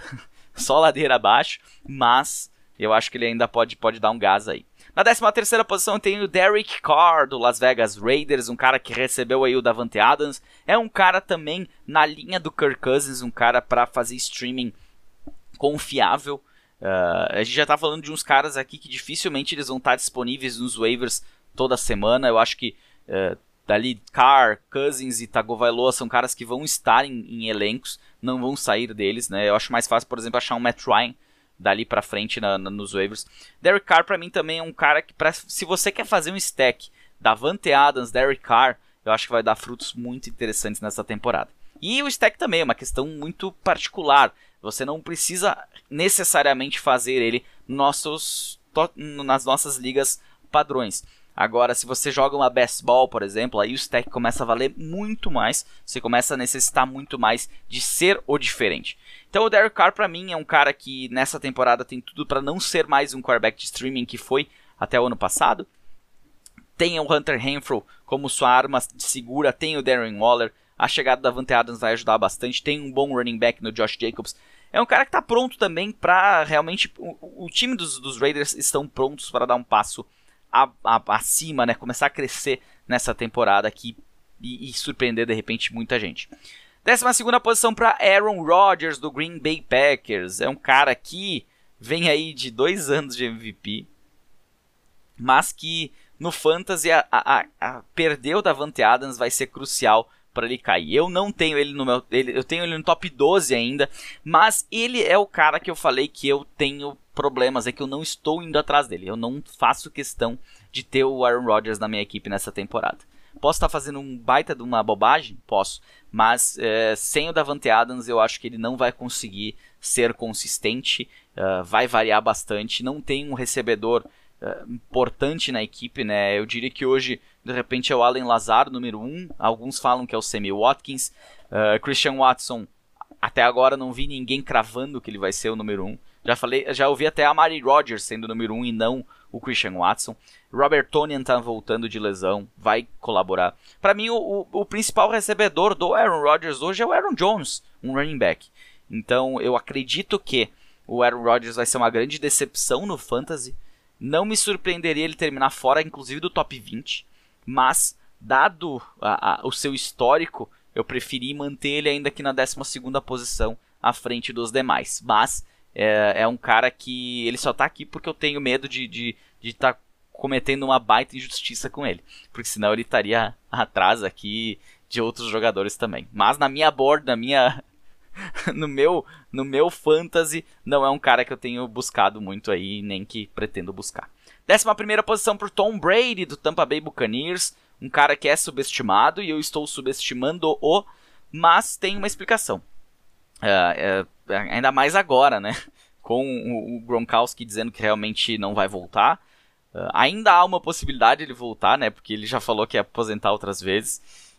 só ladeira abaixo, mas eu acho que ele ainda pode, pode dar um gás aí. Na décima terceira posição eu tenho o Derek Carr, do Las Vegas Raiders, um cara que recebeu aí o Davante Adams. É um cara também na linha do Kirk Cousins, um cara para fazer streaming confiável. Uh, a gente já tá falando de uns caras aqui que dificilmente eles vão estar disponíveis nos waivers toda semana. Eu acho que uh, dali Carr, Cousins e Tagovailoa são caras que vão estar em, em elencos, não vão sair deles, né? Eu acho mais fácil, por exemplo, achar um Matt Ryan dali pra frente na, na, nos waivers. Derek Carr pra mim também é um cara que, pra, se você quer fazer um stack Davante Adams, Derek Carr, eu acho que vai dar frutos muito interessantes nessa temporada. E o stack também é uma questão muito particular. Você não precisa necessariamente fazer ele nossos, to, nas nossas ligas padrões. Agora, se você joga uma best ball, por exemplo, aí o stack começa a valer muito mais. Você começa a necessitar muito mais de ser o diferente. Então o Derek Carr pra mim é um cara que nessa temporada tem tudo para não ser mais um quarterback de streaming que foi até o ano passado. Tem o Hunter Renfrow como sua arma segura, tem o Darren Waller. A chegada da Davante Adams vai ajudar bastante. Tem um bom running back no Josh Jacobs. É um cara que tá pronto também para realmente... O, o time dos, dos Raiders estão prontos para dar um passo a, a, acima, né? Começar a crescer nessa temporada aqui e, e surpreender de repente muita gente. Décima segunda posição para Aaron Rodgers, do Green Bay Packers. É um cara que vem aí de dois anos de M V P, mas que no Fantasy a, a, a perder o Davante Adams vai ser crucial para ele cair. Eu não tenho ele no meu... Ele, eu tenho ele no top doze ainda, mas ele é o cara que eu falei que eu tenho problemas, é que eu não estou indo atrás dele. Eu não faço questão de ter o Aaron Rodgers na minha equipe nessa temporada. Posso estar fazendo um baita de uma bobagem? Posso. Mas é, sem o Davante Adams eu acho que ele não vai conseguir ser consistente. Uh, vai variar bastante. Não tem um recebedor uh, importante na equipe, né? Eu diria que hoje, de repente, é o Allen Lazard, número um. Alguns falam que é o Sammy Watkins. Uh, Christian Watson, até agora não vi ninguém cravando que ele vai ser o número um. Já falei, já ouvi até a Amari Rodgers sendo o número um e não o Christian Watson. Robert Tonyan tá voltando de lesão, vai colaborar. Para mim, o, o, o principal recebedor do Aaron Rodgers hoje é o Aaron Jones, um running back. Então, eu acredito que o Aaron Rodgers vai ser uma grande decepção no Fantasy. Não me surpreenderia ele terminar fora, inclusive, do top vinte. Mas, dado a, a, o seu histórico, eu preferi manter ele ainda aqui na décima segunda posição, à frente dos demais. Mas... É, é um cara que ele só tá aqui porque eu tenho medo de estar de, de tá cometendo uma baita injustiça com ele. Porque senão ele estaria atrás aqui de outros jogadores também. Mas na minha board, na minha, no, meu, no meu fantasy, não é um cara que eu tenho buscado muito aí, nem que pretendo buscar. Décima primeira posição pro Tom Brady, do Tampa Bay Buccaneers. Um cara que é subestimado e eu estou subestimando-o, mas tem uma explicação. Uh, uh, ainda mais agora, né? Com o, o Gronkowski dizendo que realmente não vai voltar. Uh, ainda há uma possibilidade de ele voltar, né? Porque ele já falou que ia aposentar outras vezes.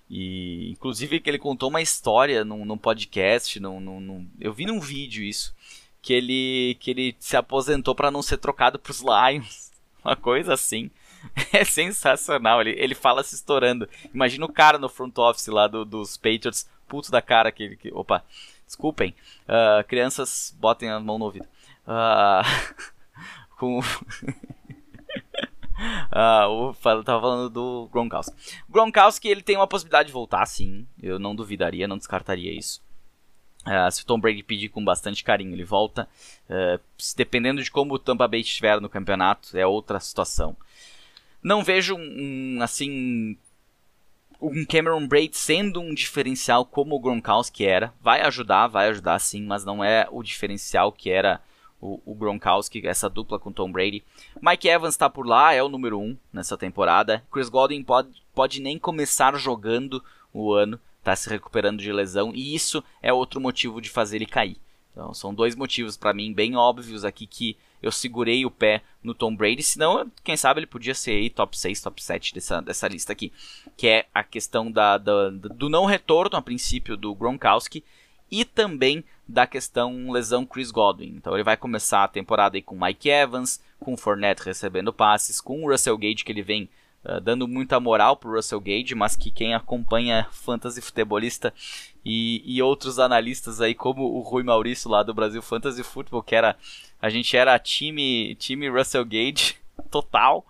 E inclusive que ele contou uma história num, num podcast. Num, num, num, eu vi num vídeo isso. Que ele, que ele se aposentou para não ser trocado pros Lions. Uma coisa assim. É sensacional. Ele, ele fala se estourando. Imagina o cara no front office lá do, dos Patriots. Puto da cara que ele... Que, opa... Desculpem, uh, crianças botem a mão no ouvido. Uh, com... uh, o, tava falando do Gronkowski. Gronkowski, ele tem uma possibilidade de voltar, sim. Eu não duvidaria, não descartaria isso. Uh, se o Tom Brady pedir com bastante carinho, ele volta. Uh, dependendo de como o Tampa Bay estiver no campeonato, é outra situação. Não vejo um, um assim... um Cameron Brate sendo um diferencial como o Gronkowski era. Vai ajudar, vai ajudar sim, mas não é o diferencial que era o, o Gronkowski, essa dupla com Tom Brady. Mike Evans está por lá, é o número um nessa temporada. Chris Godwin pode, pode nem começar jogando o ano, está se recuperando de lesão, e isso é outro motivo de fazer ele cair. Então são dois motivos para mim bem óbvios aqui que eu segurei o pé no Tom Brady, senão, quem sabe, ele podia ser aí top seis, top sete dessa, dessa lista aqui. Que é a questão da, da, do não retorno, a princípio, do Gronkowski, e também da questão lesão Chris Godwin. Então ele vai começar a temporada aí com Mike Evans, com o Fournette recebendo passes, com o Russell Gage, que ele vem uh, dando muita moral pro Russell Gage, mas que quem acompanha fantasy futebolista e, e outros analistas aí, como o Rui Maurício lá do Brasil Fantasy Football, que era... A gente era time, time Russell Gage total,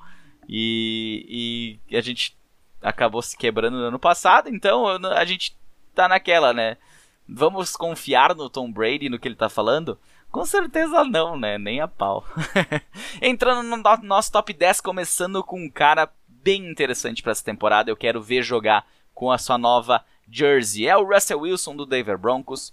e, e a gente acabou se quebrando no ano passado, então a gente tá naquela, né? Vamos confiar no Tom Brady, no que ele tá falando? Com certeza não, né? Nem a pau. Entrando no nosso top dez, começando com um cara bem interessante para essa temporada, eu quero ver jogar com a sua nova jersey. É o Russell Wilson do Denver Broncos.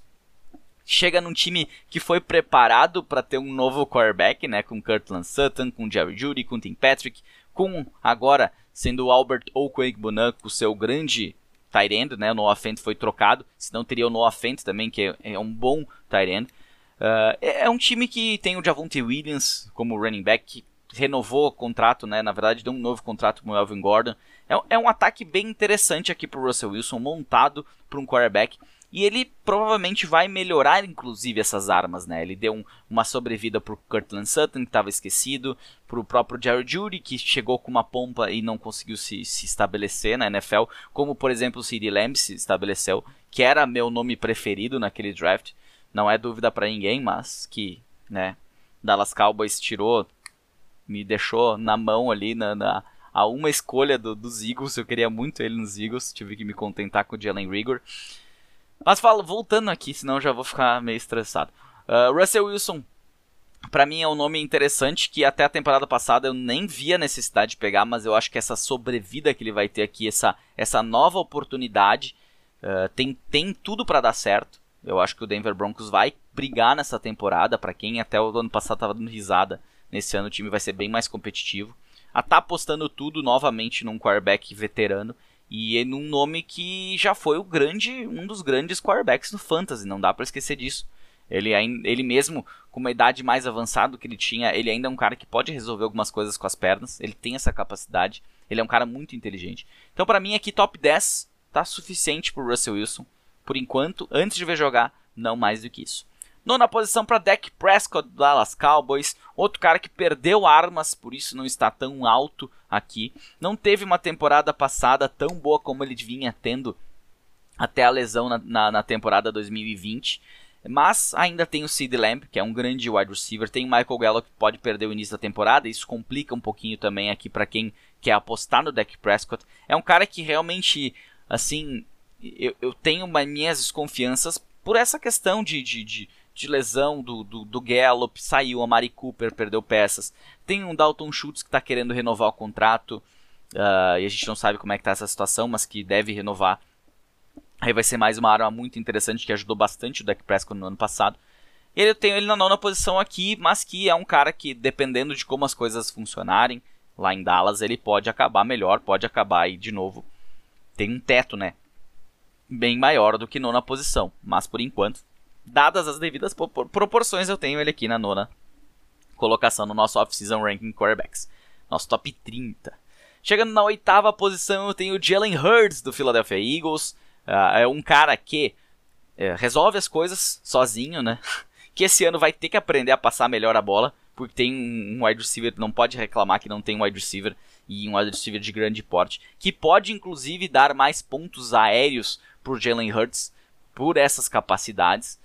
Chega num time que foi preparado para ter um novo quarterback, né? Com Courtland Sutton, com Jerry Jeudy, com Tim Patrick, com agora sendo o Albert Okwuegbunam, o seu grande tight end, né? O Noah Fant foi trocado, senão teria o Noah Fant também, que é, é um bom tight end. Uh, é, é um time que tem o Javonte Williams como running back, que renovou o contrato, né? Na verdade deu um novo contrato com o Melvin Gordon. É, é um ataque bem interessante aqui para o Russell Wilson, montado para um quarterback. E ele provavelmente vai melhorar, inclusive, essas armas, né? Ele deu um, uma sobrevida pro Courtland Sutton, que estava esquecido, pro próprio Jerry Jeudy, que chegou com uma pompa e não conseguiu se, se estabelecer na N F L, como, por exemplo, o CeeDee Lamb se estabeleceu, que era meu nome preferido naquele draft. Não é dúvida para ninguém, mas que, né, Dallas Cowboys tirou, me deixou na mão ali, na, na, a uma escolha do, dos Eagles. Eu queria muito ele nos Eagles, tive que me contentar com o Jalen Reagor. Mas falo, voltando aqui, senão eu já vou ficar meio estressado. Uh, Russell Wilson, pra mim é um nome interessante que até a temporada passada eu nem via necessidade de pegar, mas eu acho que essa sobrevida que ele vai ter aqui, essa, essa nova oportunidade, uh, tem, tem tudo pra dar certo. Eu acho que o Denver Broncos vai brigar nessa temporada. Pra quem até o ano passado tava dando risada, nesse ano o time vai ser bem mais competitivo. A tá apostando tudo novamente num quarterback veterano. E num nome que já foi o grande, um dos grandes quarterbacks no Fantasy, não dá pra esquecer disso. Ele, ele mesmo, com uma idade mais avançada do que ele tinha, ele ainda é um cara que pode resolver algumas coisas com as pernas, ele tem essa capacidade, ele é um cara muito inteligente. Então pra mim aqui top dez tá suficiente pro Russell Wilson, por enquanto, antes de ver jogar, não mais do que isso. Nona posição para Dak Prescott do Dallas Cowboys, outro cara que perdeu armas, por isso não está tão alto aqui. Não teve uma temporada passada tão boa como ele vinha tendo até a lesão na, na, na temporada dois mil e vinte. Mas ainda tem o CeeDee Lamb, que é um grande wide receiver. Tem o Michael Gallup, que pode perder o início da temporada. Isso complica um pouquinho também aqui para quem quer apostar no Dak Prescott. É um cara que realmente, assim, eu, eu tenho uma, minhas desconfianças por essa questão de... de, de de lesão do, do, do Gallup, saiu, a Amari Cooper perdeu peças, tem um Dalton Schultz que está querendo renovar o contrato, uh, e a gente não sabe como é que está essa situação, mas que deve renovar. Aí vai ser mais uma arma muito interessante que ajudou bastante o Dak Prescott no ano passado. Eu tenho ele na nona posição aqui, mas que é um cara que, dependendo de como as coisas funcionarem lá em Dallas, ele pode acabar melhor, pode acabar aí de novo. Tem um teto, né, bem maior do que nona posição, mas por enquanto, dadas as devidas proporções, eu tenho ele aqui na nona colocação no nosso off-season ranking quarterbacks. Nosso top trinta. Chegando na oitava posição, eu tenho o Jalen Hurts do Philadelphia Eagles. Uh, é um cara que é, resolve as coisas sozinho, né? Que esse ano vai ter que aprender a passar melhor a bola, porque tem um wide receiver, não pode reclamar que não tem um wide receiver, e um wide receiver de grande porte, que pode inclusive dar mais pontos aéreos por Jalen Hurts, por essas capacidades.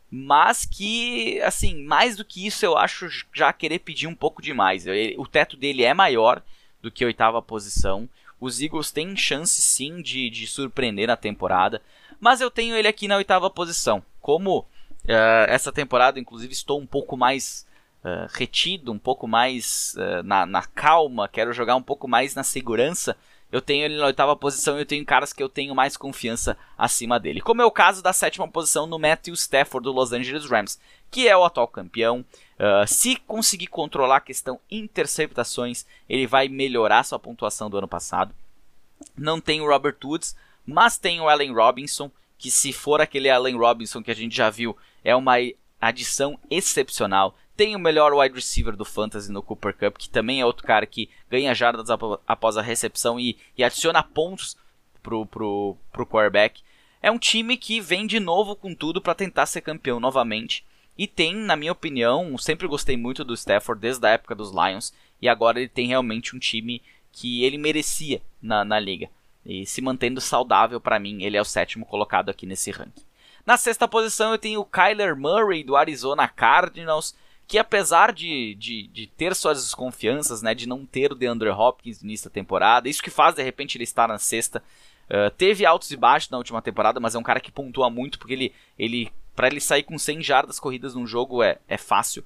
mas que, assim, mais do que isso eu acho já querer pedir um pouco demais. Ele, o teto dele é maior do que a oitava posição. Os Eagles têm chance sim de, de surpreender na temporada, mas eu tenho ele aqui na oitava posição. Como uh, essa temporada, inclusive, estou um pouco mais uh, retido, um pouco mais uh, na, na calma, quero jogar um pouco mais na segurança, eu tenho ele na oitava posição e eu tenho caras que eu tenho mais confiança acima dele. Como é o caso da sétima posição no Matthew Stafford do Los Angeles Rams, que é o atual campeão. Uh, se conseguir controlar a questão interceptações, ele vai melhorar sua pontuação do ano passado. Não tem o Robert Woods, mas tem o Allen Robinson, que se for aquele Allen Robinson que a gente já viu, é uma adição excepcional. Tem o melhor wide receiver do Fantasy no Cooper Kupp, que também é outro cara que ganha jardas após a recepção e, e adiciona pontos pro, pro, pro quarterback. É um time que vem de novo com tudo para tentar ser campeão novamente. E tem, na minha opinião, sempre gostei muito do Stafford desde a época dos Lions. E agora ele tem realmente um time que ele merecia na, na liga. E se mantendo saudável, para mim, ele é o sétimo colocado aqui nesse ranking. Na sexta posição eu tenho o Kyler Murray do Arizona Cardinals, que apesar de, de, de ter suas desconfianças, né, de não ter o DeAndre Hopkins nesta temporada, isso que faz de repente ele estar na sexta, uh, teve altos e baixos na última temporada, mas é um cara que pontua muito, porque ele, ele para ele sair com cem jardas corridas num jogo é, é fácil,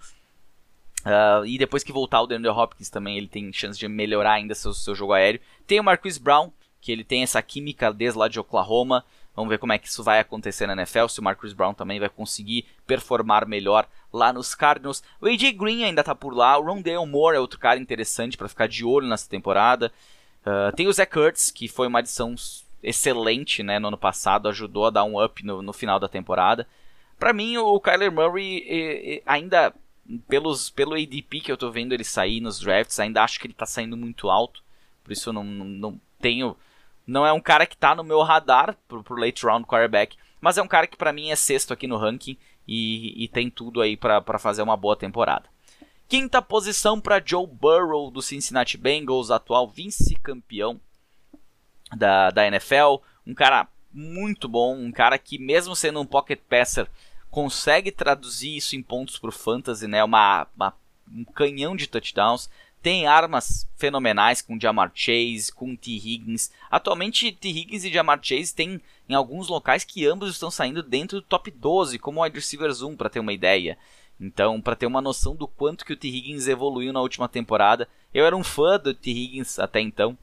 uh, e depois que voltar o DeAndre Hopkins também ele tem chance de melhorar ainda seu, seu jogo aéreo. Tem o Marquise Brown, que ele tem essa química desde lá de Oklahoma. Vamos ver como é que isso vai acontecer na N F L, se o Marquise Brown também vai conseguir performar melhor lá nos Cardinals. O A J Green ainda está por lá, o Rondale Moore é outro cara interessante para ficar de olho nessa temporada. Uh, tem o Zach Ertz, que foi uma adição excelente, né, no ano passado, ajudou a dar um up no, no final da temporada. Para mim, o Kyler Murray eh, eh, ainda, pelos, pelo A D P que eu estou vendo ele sair nos drafts, ainda acho que ele está saindo muito alto, por isso eu não, não, não tenho... Não é um cara que tá no meu radar pro, pro late round quarterback, mas é um cara que pra mim é sexto aqui no ranking e, e tem tudo aí pra, pra fazer uma boa temporada. Quinta posição para Joe Burrow do Cincinnati Bengals, atual vice-campeão da, da N F L. Um cara muito bom, um cara que mesmo sendo um pocket passer, consegue traduzir isso em pontos pro fantasy, né? Uma, uma, um canhão de touchdowns. Tem armas fenomenais com Ja'Marr Chase, com T. Higgins. Atualmente, T. Higgins e Ja'Marr Chase tem em alguns locais que ambos estão saindo dentro do top doze, como wide receivers um, para ter uma ideia. Então, para ter uma noção do quanto que o T. Higgins evoluiu na última temporada. Eu era um fã do T. Higgins até então.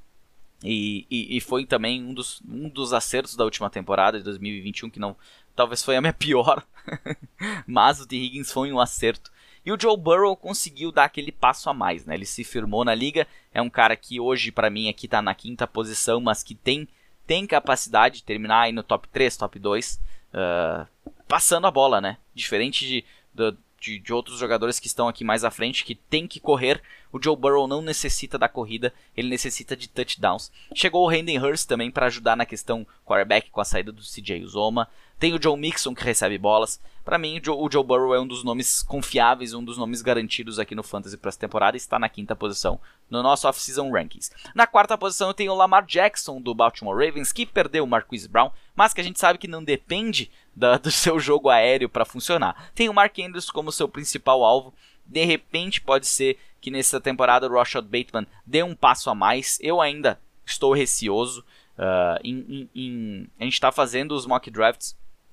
E, e, e foi também um dos, um dos acertos da última temporada de dois mil e vinte e um, que não, talvez foi a minha pior. Mas o T. Higgins foi um acerto. E o Joe Burrow conseguiu dar aquele passo a mais, né? Ele se firmou na liga, é um cara que hoje pra mim aqui tá na quinta posição, mas que tem, tem capacidade de terminar aí no top três, top dois, uh, passando a bola, né? Diferente de, de, de outros jogadores que estão aqui mais à frente, que tem que correr, o Joe Burrow não necessita da corrida, ele necessita de touchdowns. Chegou o Hayden Hurst também para ajudar na questão quarterback com a saída do C J Uzomah. Tem o Joe Mixon que recebe bolas. Para mim, o Joe, o Joe Burrow é um dos nomes confiáveis, um dos nomes garantidos aqui no Fantasy para essa temporada e está na quinta posição no nosso Off-Season Rankings. Na quarta posição eu tenho o Lamar Jackson do Baltimore Ravens, que perdeu o Marquise Brown, mas que a gente sabe que não depende da, do seu jogo aéreo para funcionar. Tem o Mark Andrews como seu principal alvo. De repente pode ser que nessa temporada o Rashad Bateman dê um passo a mais. Eu ainda estou receoso. Uh, em, em, em, a gente está fazendo os mock drafts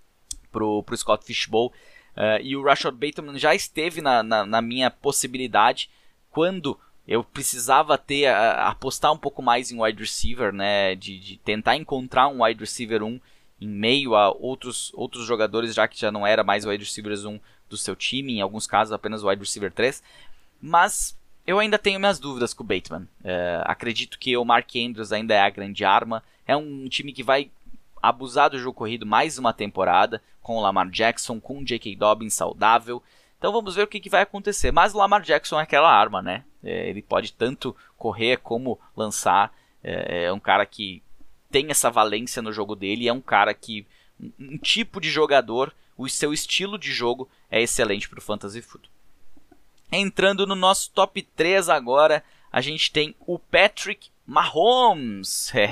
pro, pro Scott Fishbowl, uh, e o Rashad Bateman já esteve na, na, na minha possibilidade quando eu precisava ter, uh, apostar um pouco mais em wide receiver, né, de, de tentar encontrar um wide receiver um em meio a outros, outros jogadores, já que já não era mais o wide receiver um do seu time, em alguns casos apenas o wide receiver três, mas eu ainda tenho minhas dúvidas com o Bateman. Uh, acredito que o Mark Andrews ainda é a grande arma, é um time que vai abusar do jogo corrido mais uma temporada, com o Lamar Jackson, com o J K. Dobbins saudável. Então vamos ver o que, que vai acontecer. Mas o Lamar Jackson é aquela arma, né? É, ele pode tanto correr como lançar. É, é um cara que tem essa valência no jogo dele. É um cara que... Um, um tipo de jogador, o seu estilo de jogo é excelente para o Fantasy Football. Entrando no nosso top três agora, a gente tem o Patrick Mahomes.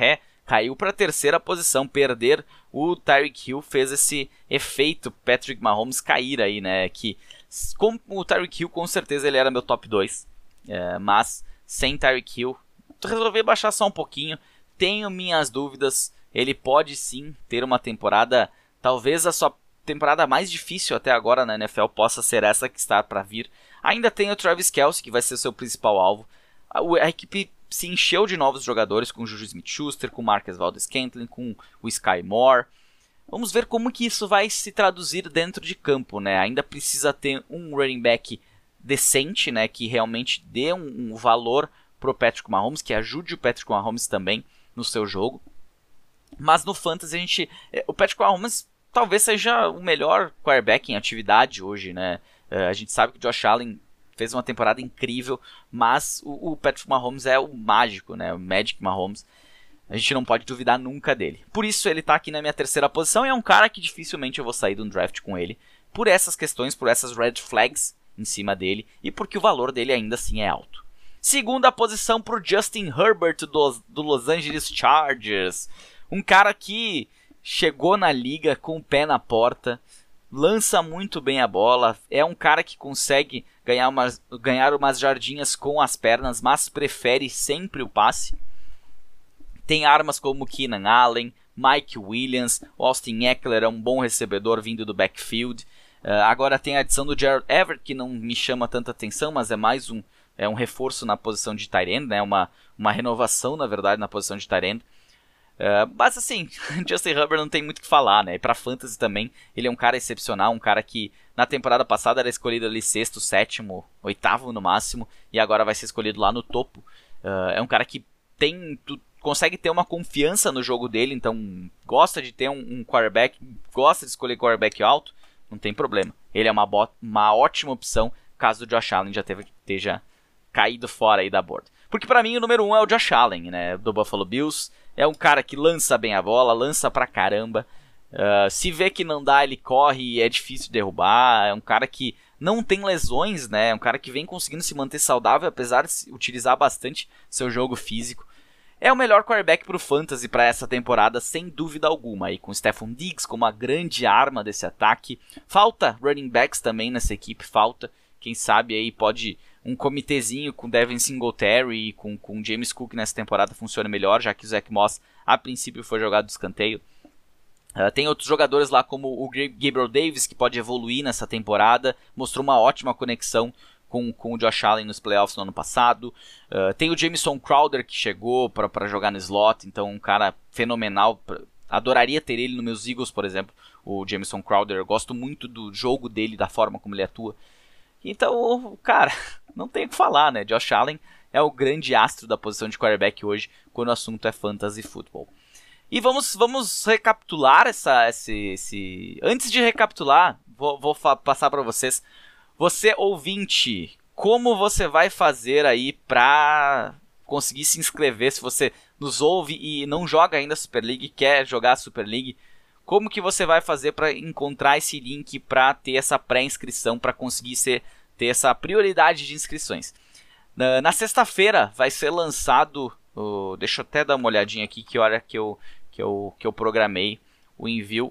caiu para a terceira posição. Perder o Tyreek Hill fez esse efeito Patrick Mahomes cair aí, né? Que com o Tyreek Hill, com certeza ele era meu top dois, é, mas sem Tyreek Hill, resolvi baixar só um pouquinho. Tenho minhas dúvidas, ele pode sim ter uma temporada, talvez a sua temporada mais difícil até agora na N F L possa ser essa que está para vir. Ainda tem o Travis Kelce, que vai ser seu principal alvo. A, a equipe se encheu de novos jogadores, com o Juju Smith-Schuster, com o Marquez Valdes-Scantling, com o Sky Moore. Vamos ver como que isso vai se traduzir dentro de campo, né? Ainda precisa ter um running back decente, né? Que realmente dê um, um valor pro Patrick Mahomes, que ajude o Patrick Mahomes também no seu jogo. Mas no Fantasy a gente... O Patrick Mahomes talvez seja o melhor quarterback em atividade hoje, né? Uh, a gente sabe que o Josh Allen fez uma temporada incrível, mas o, o Patrick Mahomes é o mágico, né? O Magic Mahomes. A gente não pode duvidar nunca dele. Por isso ele tá aqui na minha terceira posição e é um cara que dificilmente eu vou sair de um draft com ele. Por essas questões, por essas red flags em cima dele e porque o valor dele ainda assim é alto. Segunda posição pro Justin Herbert do, do Los Angeles Chargers. Um cara que chegou na liga com o pé na porta, lança muito bem a bola, é um cara que consegue ganhar umas, ganhar umas jardinhas com as pernas, mas prefere sempre o passe. Tem armas como Keenan Allen, Mike Williams, Austin Eckler é um bom recebedor vindo do backfield. Uh, agora tem a adição do Gerald Everett, que não me chama tanta atenção, mas é mais um, é um reforço na posição de tight end, né? uma, uma renovação, na verdade, na posição de tight end. Uh, mas assim, Justin Herbert não tem muito o que falar, né? E pra Fantasy também, ele é um cara excepcional, um cara que na temporada passada era escolhido ali sexto, sétimo, oitavo no máximo, e agora vai ser escolhido lá no topo. Uh, é um cara que tem, tu, consegue ter uma confiança no jogo dele, então gosta de ter um, um quarterback, gosta de escolher quarterback alto, não tem problema. Ele é uma, bot, uma ótima opção caso o Josh Allen já teve, esteja caído fora aí da board. Porque pra mim o número um é o Josh Allen, né, do Buffalo Bills. É um cara que lança bem a bola, lança pra caramba. Uh, se vê que não dá, ele corre e é difícil derrubar. É um cara que não tem lesões, né? É um cara que vem conseguindo se manter saudável, apesar de utilizar bastante seu jogo físico. É o melhor quarterback pro Fantasy para essa temporada, sem dúvida alguma. E com o Stephon Diggs como a grande arma desse ataque. Falta running backs também nessa equipe, falta. Quem sabe aí pode... um comitêzinho com Devin Singletary e com, com James Cook nessa temporada funciona melhor, já que o Zach Moss a princípio foi jogado de escanteio. Uh, tem outros jogadores lá como o Gabriel Davis, que pode evoluir nessa temporada, mostrou uma ótima conexão com, com o Josh Allen nos playoffs no ano passado. Uh, tem o Jamison Crowder, que chegou para jogar no slot, então um cara fenomenal. Pra, adoraria ter ele nos meus Eagles, por exemplo, o Jamison Crowder. Eu gosto muito do jogo dele, da forma como ele atua. Então, cara, não tem o que falar, né? Josh Allen é o grande astro da posição de quarterback hoje, quando o assunto é fantasy football. E vamos, vamos recapitular essa... Esse, esse... Antes de recapitular, vou, vou passar para vocês. Você, ouvinte, como você vai fazer aí para conseguir se inscrever? Se você nos ouve e não joga ainda a Super League, quer jogar a Super League, como que você vai fazer para encontrar esse link para ter essa pré-inscrição, para conseguir ser, ter essa prioridade de inscrições? Na, na sexta-feira vai ser lançado, uh, deixa eu até dar uma olhadinha aqui que hora que eu, que eu, que eu programei o envio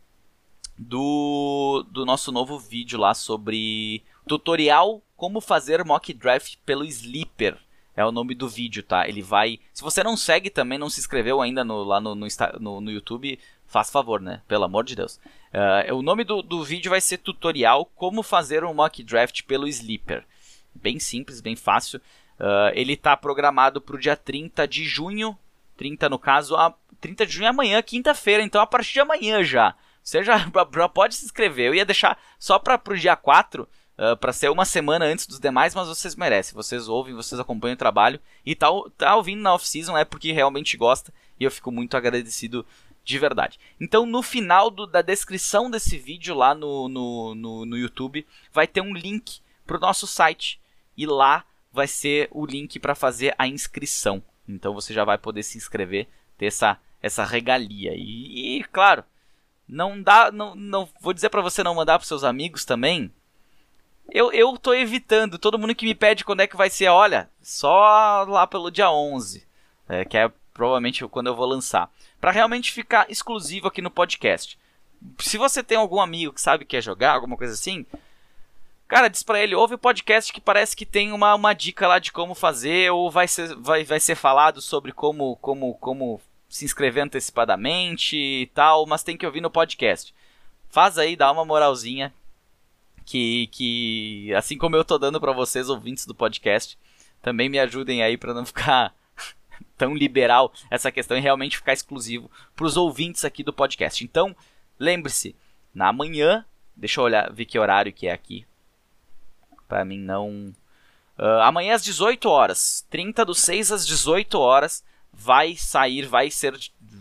do, do nosso novo vídeo lá sobre tutorial como fazer mock draft pelo Sleeper. É o nome do vídeo, tá? Ele vai... Se você não segue também, não se inscreveu ainda no, lá no, no, no, no YouTube, faz favor, né? Pelo amor de Deus. Uh, o nome do, do vídeo vai ser tutorial como fazer um mock draft pelo Sleeper. Bem simples, bem fácil. Uh, ele está programado para o dia trinta de junho. trinta no caso, a, trinta de junho é amanhã, quinta-feira. Então a partir de amanhã já. Você já, já pode se inscrever. Eu ia deixar só para o dia quatro... Uh, para ser uma semana antes dos demais, mas vocês merecem, vocês ouvem, vocês acompanham o trabalho e tá, tá ouvindo na off-season é porque realmente gosta e eu fico muito agradecido de verdade. Então no final do, da descrição desse vídeo lá no, no, no, no YouTube vai ter um link para o nosso site e lá vai ser o link para fazer a inscrição, então você já vai poder se inscrever, ter essa, essa regalia e, e claro, não dá, não, não vou dizer para você não mandar para seus amigos também. Eu, eu tô evitando, todo mundo que me pede quando é que vai ser, olha, só lá pelo dia onze, é, que é provavelmente quando eu vou lançar, para realmente ficar exclusivo aqui no podcast. Se você tem algum amigo que sabe que quer jogar, alguma coisa assim, cara, diz pra ele, ouve o podcast que parece que tem uma, uma dica lá de como fazer, ou vai ser, vai, vai ser falado sobre como, como, como se inscrever antecipadamente e tal, mas tem que ouvir no podcast. Faz aí, dá uma moralzinha, que, que assim como eu tô dando pra vocês, ouvintes do podcast, também me ajudem aí pra não ficar tão liberal essa questão e realmente ficar exclusivo pros ouvintes aqui do podcast. Então, lembre-se, na manhã, deixa eu olhar, ver que horário que é aqui, pra mim não... Uh, amanhã às dezoito horas, trinta do seis às dezoito horas, vai sair, vai ser...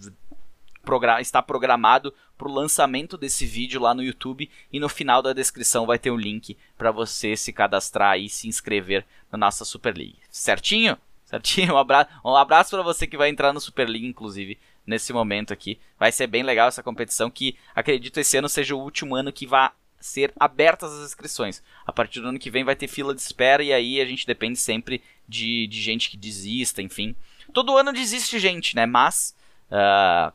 está programado para o lançamento desse vídeo lá no YouTube, e no final da descrição vai ter um link para você se cadastrar e se inscrever na nossa Super League. Certinho? Certinho? Um abraço, um abraço para você que vai entrar no Super League, inclusive, nesse momento aqui. Vai ser bem legal essa competição, que acredito esse ano seja o último ano que vai ser abertas as inscrições. A partir do ano que vem vai ter fila de espera, e aí a gente depende sempre de, de gente que desista, enfim. Todo ano desiste gente, né? Mas... Uh,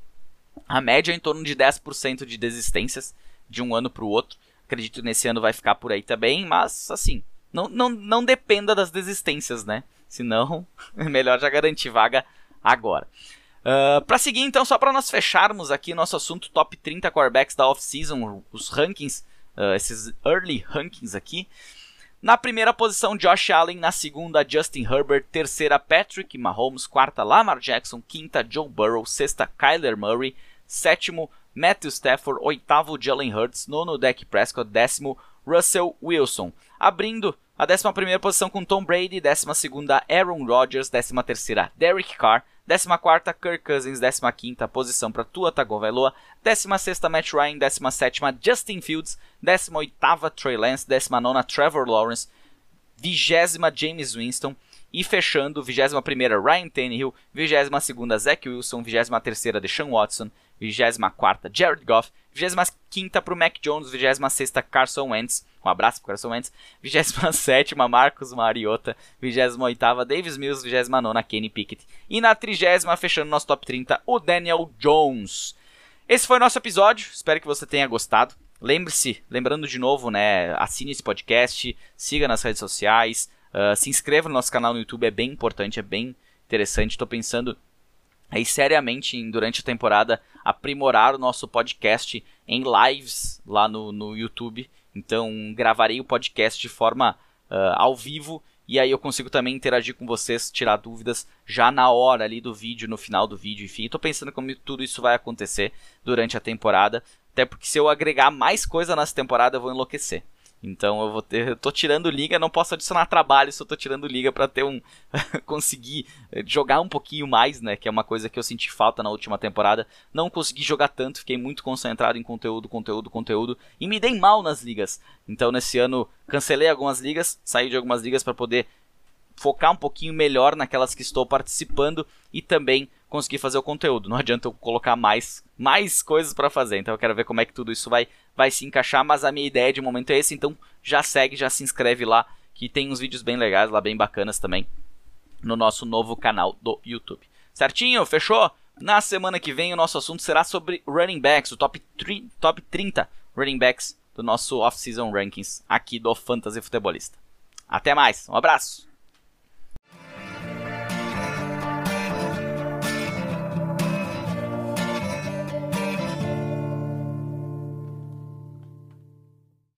a média é em torno de dez por cento de desistências de um ano para o outro. Acredito que nesse ano vai ficar por aí também, mas assim, não, não, não dependa das desistências, né? Senão, é melhor já garantir vaga agora. Uh, para seguir então, só para nós fecharmos aqui nosso assunto top trinta quarterbacks da off-season, os rankings, uh, esses early rankings aqui. Na primeira posição, Josh Allen. Na segunda, Justin Herbert. Terceira, Patrick Mahomes. Quarta, Lamar Jackson. Quinta, Joe Burrow. Sexta, Kyler Murray. Sétimo, Matthew Stafford. Oitavo, Jalen Hurts. Nono, Dak Prescott. Décimo, Russell Wilson. Abrindo a décima primeira posição com Tom Brady. Décima segunda, Aaron Rodgers. Décima terceira, Derek Carr. Décima quarta, Kirk Cousins. Décima quinta posição para Tua Tagovailoa. Décima sexta, Matt Ryan. Décima sétima, Justin Fields. Décima oitava, Trey Lance. Décima nona, Trevor Lawrence. Vigésima, James Winston. E fechando, vigésima primeira, Ryan Tannehill. Vigésima segunda, Zach Wilson. Vigésima terceira, Deshaun Watson. Vigésima quarta, Jared Goff. Vigésima quinta para o Mac Jones. Vigésima sexta, Carson Wentz. Um abraço para Carson Wentz. Vigésima sétima, Marcus Mariota. Vigésima oitava, Davis Mills. Vigésima nona, Kenny Pickett. E na trigésima, fechando nosso top trinta, o Daniel Jones. Esse foi o nosso episódio. Espero que você tenha gostado. Lembre-se, lembrando de novo, né? Assine esse podcast. Siga nas redes sociais. Uh, se inscreva no nosso canal no YouTube. É bem importante, é bem interessante. Estou pensando aí seriamente em, durante a temporada, aprimorar o nosso podcast em lives lá no, no YouTube. Então gravarei o podcast de forma uh, ao vivo, e aí eu consigo também interagir com vocês, tirar dúvidas já na hora ali do vídeo, no final do vídeo, enfim. Estou pensando como tudo isso vai acontecer durante a temporada, até porque se eu agregar mais coisa nessa temporada eu vou enlouquecer. Então eu vou ter, eu tô tirando liga, não posso adicionar trabalho se eu tô tirando liga para ter um conseguir jogar um pouquinho mais, né, que é uma coisa que eu senti falta na última temporada. Não consegui jogar tanto, fiquei muito concentrado em conteúdo, conteúdo, conteúdo e me dei mal nas ligas. Então nesse ano cancelei algumas ligas, saí de algumas ligas para poder focar um pouquinho melhor naquelas que estou participando e também conseguir fazer o conteúdo. Não adianta eu colocar mais, mais coisas para fazer, então eu quero ver como é que tudo isso vai, vai se encaixar, mas a minha ideia de momento é esse, então já segue, já se inscreve lá, que tem uns vídeos bem legais lá, bem bacanas também, no nosso novo canal do YouTube. Certinho? Fechou? Na semana que vem o nosso assunto será sobre running backs, o top, top trinta running backs do nosso off-season rankings aqui do Fantasy Futebolista. Até mais, um abraço!